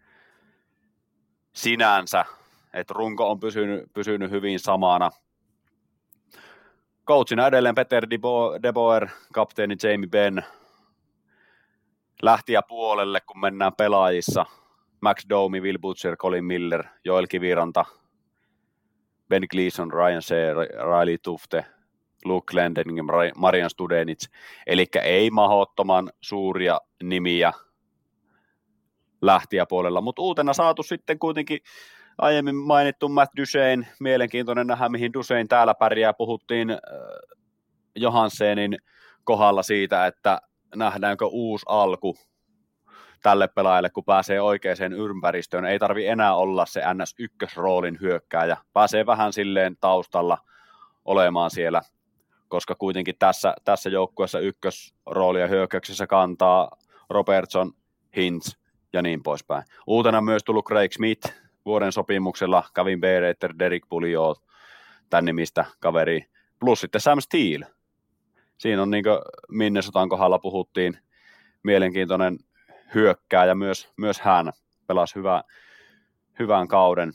sinänsä, että runko on pysynyt, pysynyt hyvin samana. Coachina edelleen Peter De Boer, kapteeni Jamie Benn, lähtiä puolelle, kun mennään pelaajissa. Max Domi, Will Butcher, Colin Miller, Joel Kiviranta, Ben Gleason, Ryan Shea, Riley Tufte, Luke Glendening ja Marian Studenic. Eli ei mahdottoman suuria nimiä lähtiä puolella, mutta uutena saatu sitten kuitenkin aiemmin mainittu Matt Duchene, mielenkiintoinen nähdä, mihin Duchene täällä pärjää. Puhuttiin äh, Johanssenin kohdalla siitä, että nähdäänkö uusi alku tälle pelaajalle, kun pääsee oikeaan ympäristöön. Ei tarvi enää olla se N S yksi-roolin hyökkääjä. Pääsee vähän silleen taustalla olemaan siellä, koska kuitenkin tässä, tässä joukkueessa ykkösroolia hyökkäyksessä kantaa Robertson, Hintz ja niin poispäin. Uutena myös tullut Craig Smith vuoden sopimuksella, Kevin Beater, Derek Pouliot, tämän nimistä kaveri, plus sitten Sam Steele. Siinä on niin kuin Minnesotan kohdalla puhuttiin, mielenkiintoinen hyökkää ja myös, myös hän pelasi hyvä, hyvän kauden,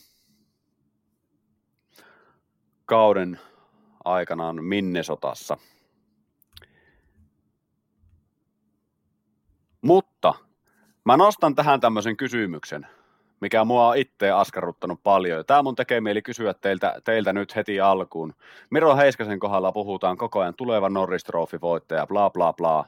kauden aikanaan Minnesotassa. Mutta mä nostan tähän tämmöisen kysymyksen, mikä mua on itse askarruttanut paljon. Tämä mun tekee mieli kysyä teiltä, teiltä nyt heti alkuun. Miro Heiskasen kohdalla puhutaan koko ajan tuleva Norris Trophy-voittaja, bla bla bla.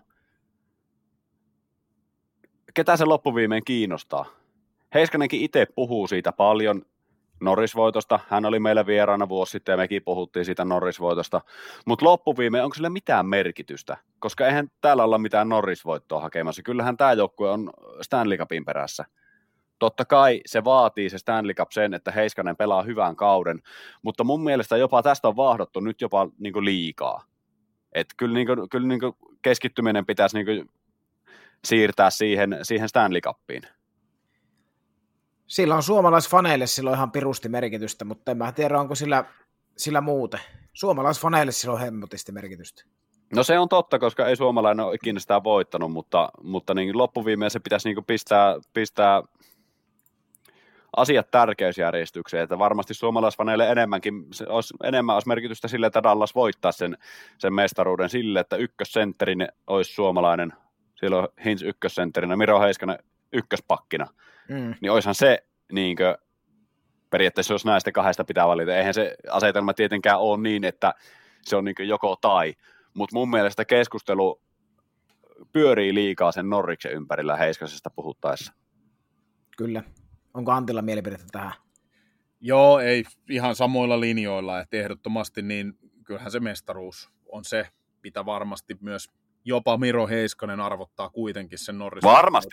Ketä se loppuviimein kiinnostaa? Heiskanenkin itse puhuu siitä paljon Norris-voitosta. Hän oli meillä vieraana vuosi sitten ja mekin puhuttiin siitä Norris-voitosta. Mutta loppuviimein, onko sillä mitään merkitystä? Koska eihän täällä olla mitään Norris-voittoa hakemassa. Kyllähän tämä joukkue on Stanley Cupin perässä. Totta kai se vaatii se Stanley Cup sen, että Heiskanen pelaa hyvän kauden, mutta mun mielestä jopa tästä on vaahdottu nyt jopa niin kuin liikaa. Että kyllä, niin kuin, kyllä niin kuin keskittyminen pitäisi niin kuin siirtää siihen, siihen Stanley Cupiin. Sillä on suomalaisfaneille silloin ihan pirusti merkitystä, mutta en mä tiedä, onko sillä, sillä muuten. Suomalaisfaneille sillä on hemmutisti merkitystä. No se on totta, koska ei suomalainen ole ikinä sitä voittanut, mutta, mutta niin loppuviimeen se pitäisi niin pistää, pistää asiat tärkeysjärjestykseen, että varmasti suomalaisfaneille enemmänkin, se olisi, enemmän olisi merkitystä sille, että Dallas voittaa sen, sen mestaruuden sille, että ykkössentterin olisi suomalainen, silloin Hintz ykkössentterinä, Miro Heiskanen ykköspakkina, mm. niin olisihan se niin kuin, periaatteessa, jos näistä kahdesta pitää valita, eihän se asetelma tietenkään ole niin, että se on niin kuin joko tai, mutta mun mielestä keskustelu pyörii liikaa sen Norriksen ympärillä Heiskasesta puhuttaessa. Kyllä. Onko Antilla mielipidettä tähän? Joo, ei ihan samoilla linjoilla, että ehdottomasti niin kyllähän se mestaruus on se, mitä varmasti myös jopa Miro Heiskanen arvottaa kuitenkin sen Norriksen. Varmasti.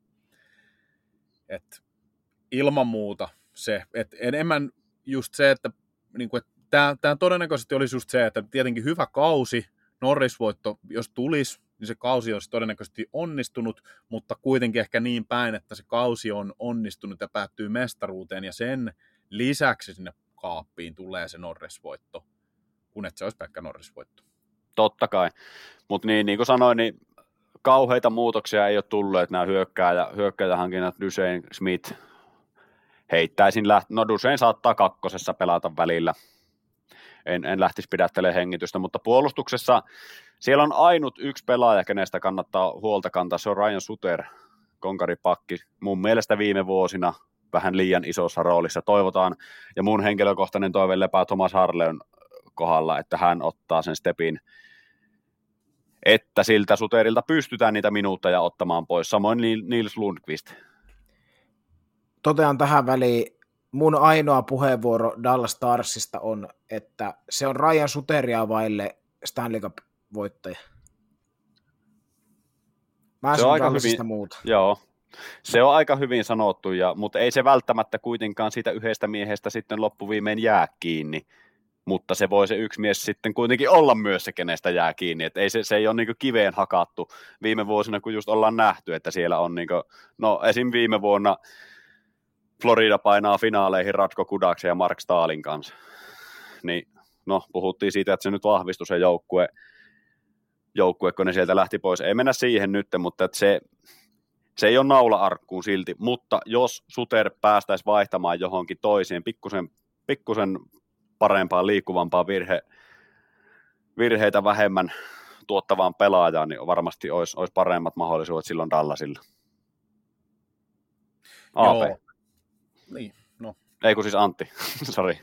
Et ilman muuta se, että enemmän just se, että niinku, et tämä todennäköisesti olisi just se, että tietenkin hyvä kausi, Norris-voitto, jos tulisi, niin se kausi olisi todennäköisesti onnistunut, mutta kuitenkin ehkä niin päin, että se kausi on onnistunut ja päättyy mestaruuteen, ja sen lisäksi sinne kaappiin tulee se Norris-voitto, kun et se olisi pelkkä Norris-voitto. Totta kai, mutta niin, niin kuin sanoin, niin kauheita muutoksia ei ole tullut, että nämä hyökkääjä, hyökkääjähankinnat, Duchene, Smith, heittäisin, läht- no Duchene saattaa kakkosessa pelata välillä, en, en lähtisi pidättelemään hengitystä, mutta puolustuksessa siellä on ainut yksi pelaaja, kenestä kannattaa huolta kantaa, se on Ryan Suter, konkaripakki, mun mielestä viime vuosina vähän liian isossa roolissa, toivotaan, ja mun henkilökohtainen toive lepää Thomas Harleyn kohdalla, että hän ottaa sen stepin, että siltä Suterilta pystytään niitä minuutteja ottamaan pois, samoin Nils Lundqvist. Totean tähän väliin, mun ainoa puheenvuoro Dallas Starsista on, että se on Ryan Suteria vaille Stanley Cup-voittaja. Mä se on aika hyvin, muuta. Joo, se on aika hyvin sanottu, ja, mutta ei se välttämättä kuitenkaan siitä yhdestä miehestä sitten loppuviimein jää kiinni, mutta se voi se yksi mies sitten kuitenkin olla myös se, kenestä jää kiinni, että ei se, se ei ole niin kuin kiveen hakattu viime vuosina, kun just ollaan nähty, että siellä on, niin kuin, no esim. Viime vuonna Florida painaa finaaleihin Ratko Kudaksen ja Mark Stahlin kanssa, niin no puhuttiin siitä, että se nyt vahvistui se joukkue, joukkue, kun ne sieltä lähti pois, ei mennä siihen nyt, mutta että se, se ei ole naula-arkkuun silti, mutta jos Suter päästäisi vaihtamaan johonkin toiseen, pikkusen, pikkusen parempaan, liikkuvampaan virhe, virheitä vähemmän tuottavaan pelaajaan, niin varmasti olisi, olisi paremmat mahdollisuudet silloin Dallasilla. A P. Joo. Niin, no. Ei kun siis Antti, sori.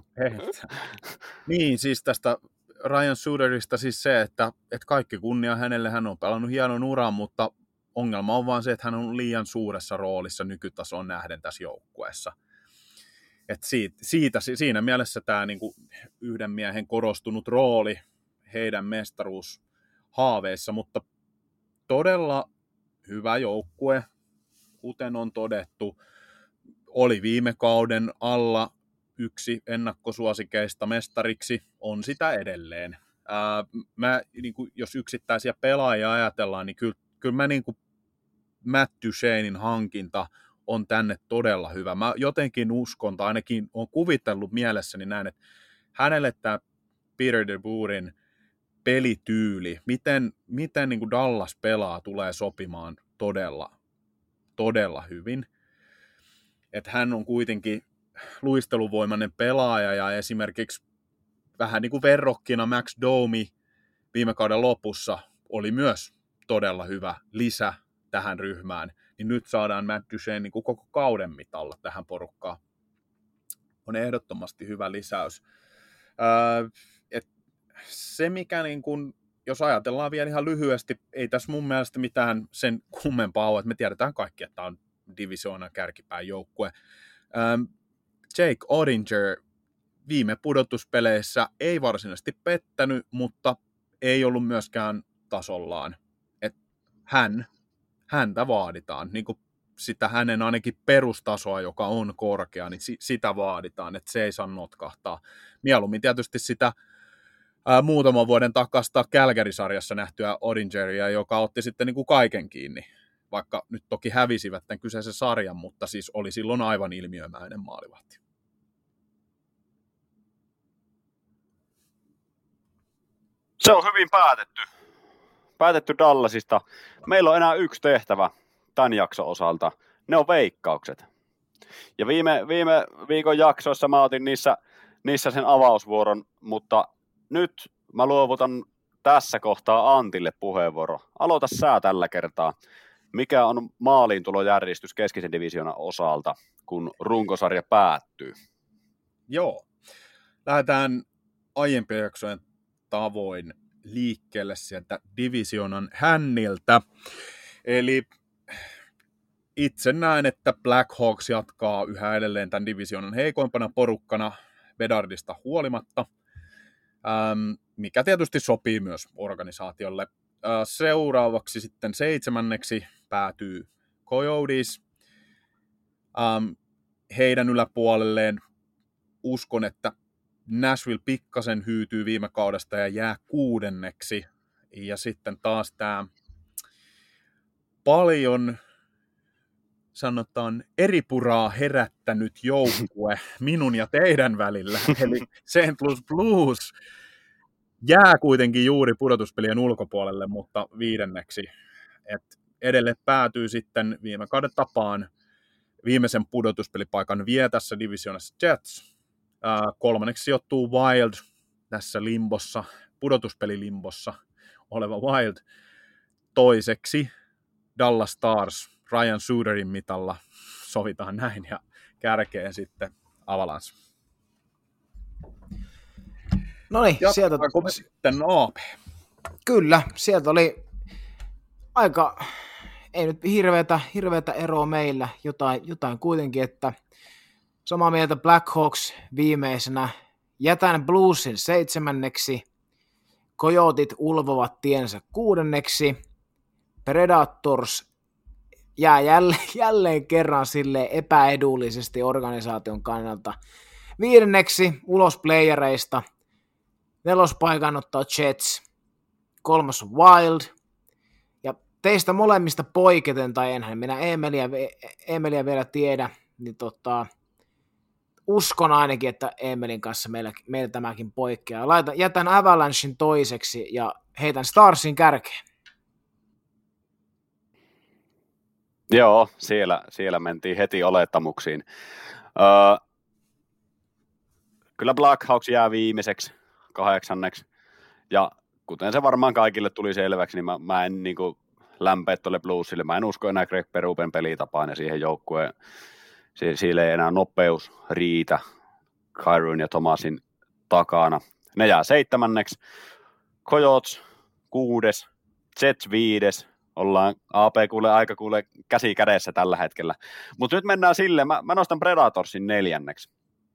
Niin, siis tästä Ryan Suterista siis se, että, että kaikki kunnia hänelle, hän on pelannut hienon uran, mutta ongelma on vaan se, että hän on liian suuressa roolissa nykytasoon nähden tässä joukkueessa. Et siitä, siitä, siinä mielessä tämä niinku yhden miehen korostunut rooli heidän mestaruushaaveissa, mutta todella hyvä joukkue, kuten on todettu, oli viime kauden alla yksi ennakkosuosikeista mestariksi, on sitä edelleen. Ää, mä, niin kuin, jos yksittäisiä pelaajia ajatellaan, niin kyllä, kyllä mä niin kuin Matt Duchenein hankinta on tänne todella hyvä. Mä jotenkin uskon, tai ainakin olen kuvitellut mielessäni näin, että hänelle tämä Peter DeBoorin pelityyli, miten, miten niin kuin Dallas pelaa, tulee sopimaan todella, todella hyvin. Että hän on kuitenkin luisteluvoimainen pelaaja, ja esimerkiksi vähän niin kuin verrokkina Max Domi viime kauden lopussa oli myös todella hyvä lisä tähän ryhmään, niin nyt saadaan Matt Duchene niin kuin koko kauden mitalla tähän porukkaan. On ehdottomasti hyvä lisäys. Öö, et se mikä, niin kuin, jos ajatellaan vielä ihan lyhyesti, ei tässä mun mielestä mitään sen kummempaa ole, että me tiedetään kaikki, että on divisioonan kärkipään joukkue. Öö, Jake Oettinger viime pudotuspeleissä ei varsinaisesti pettänyt, mutta ei ollut myöskään tasollaan. Et hän, häntä vaaditaan, niin kuin sitä hänen ainakin perustasoa, joka on korkea, niin sitä vaaditaan, että se ei saa notkahtaa. Mieluummin tietysti sitä ää, muutaman vuoden takasta Calgary-sarjassa nähtyä Oettingeria, joka otti sitten niin kuin kaiken kiinni, vaikka nyt toki hävisivät tämän kyseisen sarjan, mutta siis oli silloin aivan ilmiömäinen maalivahti. Se on hyvin päätetty. Päätetty Dallasista. Meillä on enää yksi tehtävä tämän jakson osalta. Ne on veikkaukset. Ja viime, viime viikon jaksoissa mä otin niissä, niissä sen avausvuoron, mutta nyt mä luovutan tässä kohtaa Antille puheenvuoro. Aloita sä tällä kertaa. Mikä on maaliintulojärjestys keskisen divisioonan osalta, kun runkosarja päättyy? Joo. Lähdetään aiempien jaksojen tavoin liikkeelle sieltä divisioonan hänniltä. Eli itse näen, että Black Hawks jatkaa yhä edelleen tämän divisioonan heikoimpana porukkana Bedardista huolimatta, ähm, mikä tietysti sopii myös organisaatiolle. Äh, seuraavaksi sitten seitsemänneksi päätyy Coyotes. Ähm, heidän yläpuolelleen uskon, että Nashville pikkasen hyytyy viime kaudesta ja jää kuudenneksi. Ja sitten taas tämä paljon, sanotaan, eripuraa herättänyt joukkue minun ja teidän välillä. Eli Saint Louis Blues jää kuitenkin juuri pudotuspelien ulkopuolelle, mutta viidenneksi. Et edelle päätyy sitten viime kauden tapaan viimeisen pudotuspelipaikan vie tässä divisioonassa Jets. Uh, kolmanneksi sijoittuu Wild tässä limbossa, pudotuspelilimbossa oleva Wild. Toiseksi Dallas Stars Ryan Suterin mitalla, sovitaan näin, ja kärkeen sitten Avalanche. No niin, sieltä... sitten A P? Kyllä, sieltä oli aika, ei nyt hirveätä, hirveätä eroa meillä, jotain, jotain kuitenkin, että samaa mieltä Black Hawks viimeisenä, jätän Bluesin seitsemänneksi, Coyotit ulvovat tiensä kuudenneksi, Predators jää jälleen, jälleen kerran sille epäedullisesti organisaation kannalta viidenneksi ulos playereista, nelospaikan ottaa Jets, kolmas on Wild, ja teistä molemmista poiketen, tai enhän minä Emeliä, Emeliä vielä tiedä, niin tota, uskon ainakin, että Emelin kanssa meillä, meillä tämäkin poikkeaa. Laitan, jätän Avalanchein toiseksi ja heitän Starsin kärkeen. Joo, siellä, siellä mentiin heti olettamuksiin. Öö, kyllä Black Hawks jää viimeiseksi, kahdeksanneksi. Ja kuten se varmaan kaikille tuli selväksi, niin mä, mä en niin kuin lämpeä tuolle Bluesille. Mä en usko enää Greg Beruben pelitapaan ja siihen joukkueen. Sille ei enää nopeus riitä Kyrun ja Thomasin takana. Ne jää seitsemänneksi. Coyotes kuudes, Jets viides. Ollaan A P kuule aika kuule käsi kädessä tällä hetkellä. Mutta nyt mennään silleen, mä, mä nostan Predatorsin neljänneksi.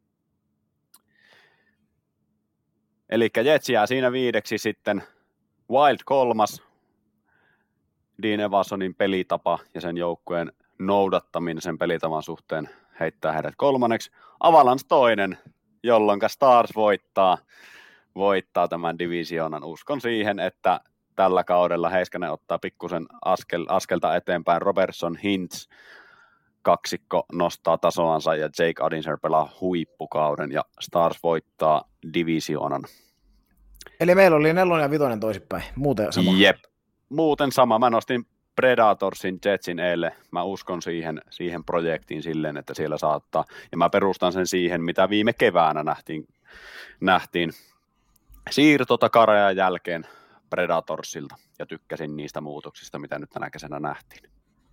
Eli Jets jää siinä viideksi sitten, Wild kolmas, Dean Evansonin pelitapa ja sen joukkueen noudattaminen sen pelitavan suhteen heittää heidät kolmanneksi. Avalanche toinen, jolloin Stars voittaa, voittaa tämän divisioonan. Uskon siihen, että tällä kaudella Heiskanen ottaa pikkusen askel, askelta eteenpäin. Robertson, Hintz, kaksikko nostaa tasoansa ja Jake Oettinger pelaa huippukauden ja Stars voittaa divisioonan. Eli meillä oli nelonen ja vitonen toisinpäin, muuten sama. Jep, muuten sama. Mä nostin Predatorsin Jetsin eelle. Mä uskon siihen, siihen projektiin silleen, että siellä saattaa. Ja mä perustan sen siihen, mitä viime keväänä nähtiin, nähtiin siirtotakarajan jälkeen Predatorsilta. Ja tykkäsin niistä muutoksista, mitä nyt tänä kesänä nähtiin.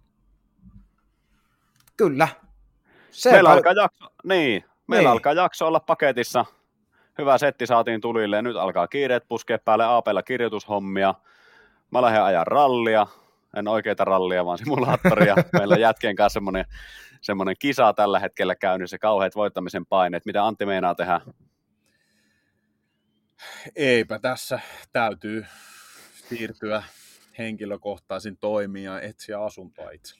Kyllä. Se meillä, alkaa jakso, niin, meillä niin. alkaa jakso olla paketissa. Hyvä setti saatiin tulille ja nyt alkaa kiireet puskea päälle A P:llä kirjoitushommia. Mä lähden ajan rallia. En oikeita rallia, vaan simulaattoria. Meillä on jätkien kanssa semmoinen, semmoinen kisa tällä hetkellä käynnissä, kauheat voittamisen paineet. Mitä Antti meinaa tehdä? Eipä tässä. Täytyy siirtyä henkilökohtaisin toimiin ja etsiä asuntoa itselle.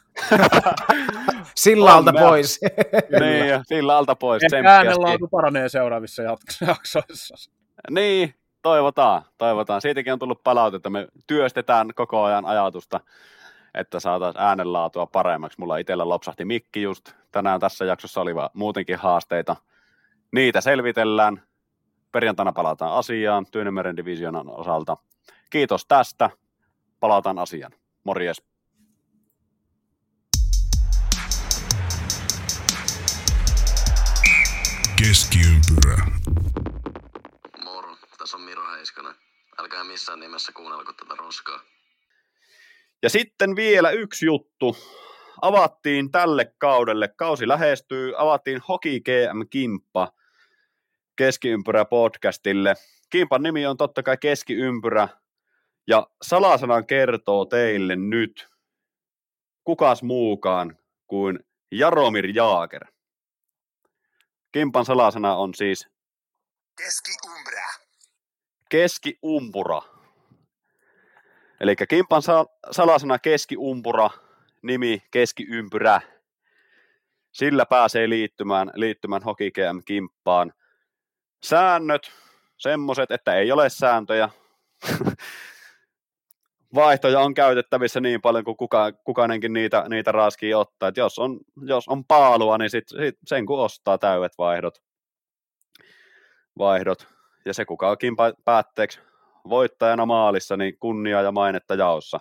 Sillä alta pois. Niin, sillä alta pois. Äänenlaatu paranee seuraavissa jaksoissa. Niin. Toivotaan, toivotaan. Siitäkin on tullut palautetta. Me työstetään koko ajan ajatusta, että saataisiin äänenlaatua paremmaksi. Mulla itsellä lopsahti mikki just. Tänään tässä jaksossa oli vaan muutenkin haasteita. Niitä selvitellään. perjantaina palataan asiaan Tyynemeren divisioonan osalta. Kiitos tästä. Palataan asiaan. Morjes. Keskiympyrä. Moro, tässä on Miro Heiskanen. Älkää missään nimessä kuunnelko tätä roskaa. Ja sitten vielä yksi juttu. Avattiin tälle kaudelle, kausi lähestyy, avattiin Hockey G M-kimppa Keskiympyrä podcastille. Kimpan nimi on totta kai Keskiympyrä, ja salasanan kertoo teille nyt kukas muukaan kuin Jaromir Jaager. Kimpan salasana on siis Keskiumbra. Keskiumpura. Eli Kimpan salasana Keskiumpura, nimi Keskiympyrä. Sillä pääsee liittymään, liittymään Hockey G M-kimppaan. Säännöt, semmoset, että ei ole sääntöjä. Vaihtoja on käytettävissä niin paljon kuin kuka, kukainenkin niitä, niitä raskii ottaa. Et jos, on, jos on paalua, niin sit, sit sen kun ostaa täydet vaihdot. vaihdot. Ja se kuka onkin päätteeksi voittajana maalissa, niin kunniaa ja mainetta jaossa.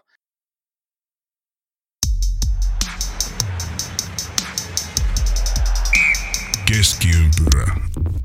Keskiympyrä.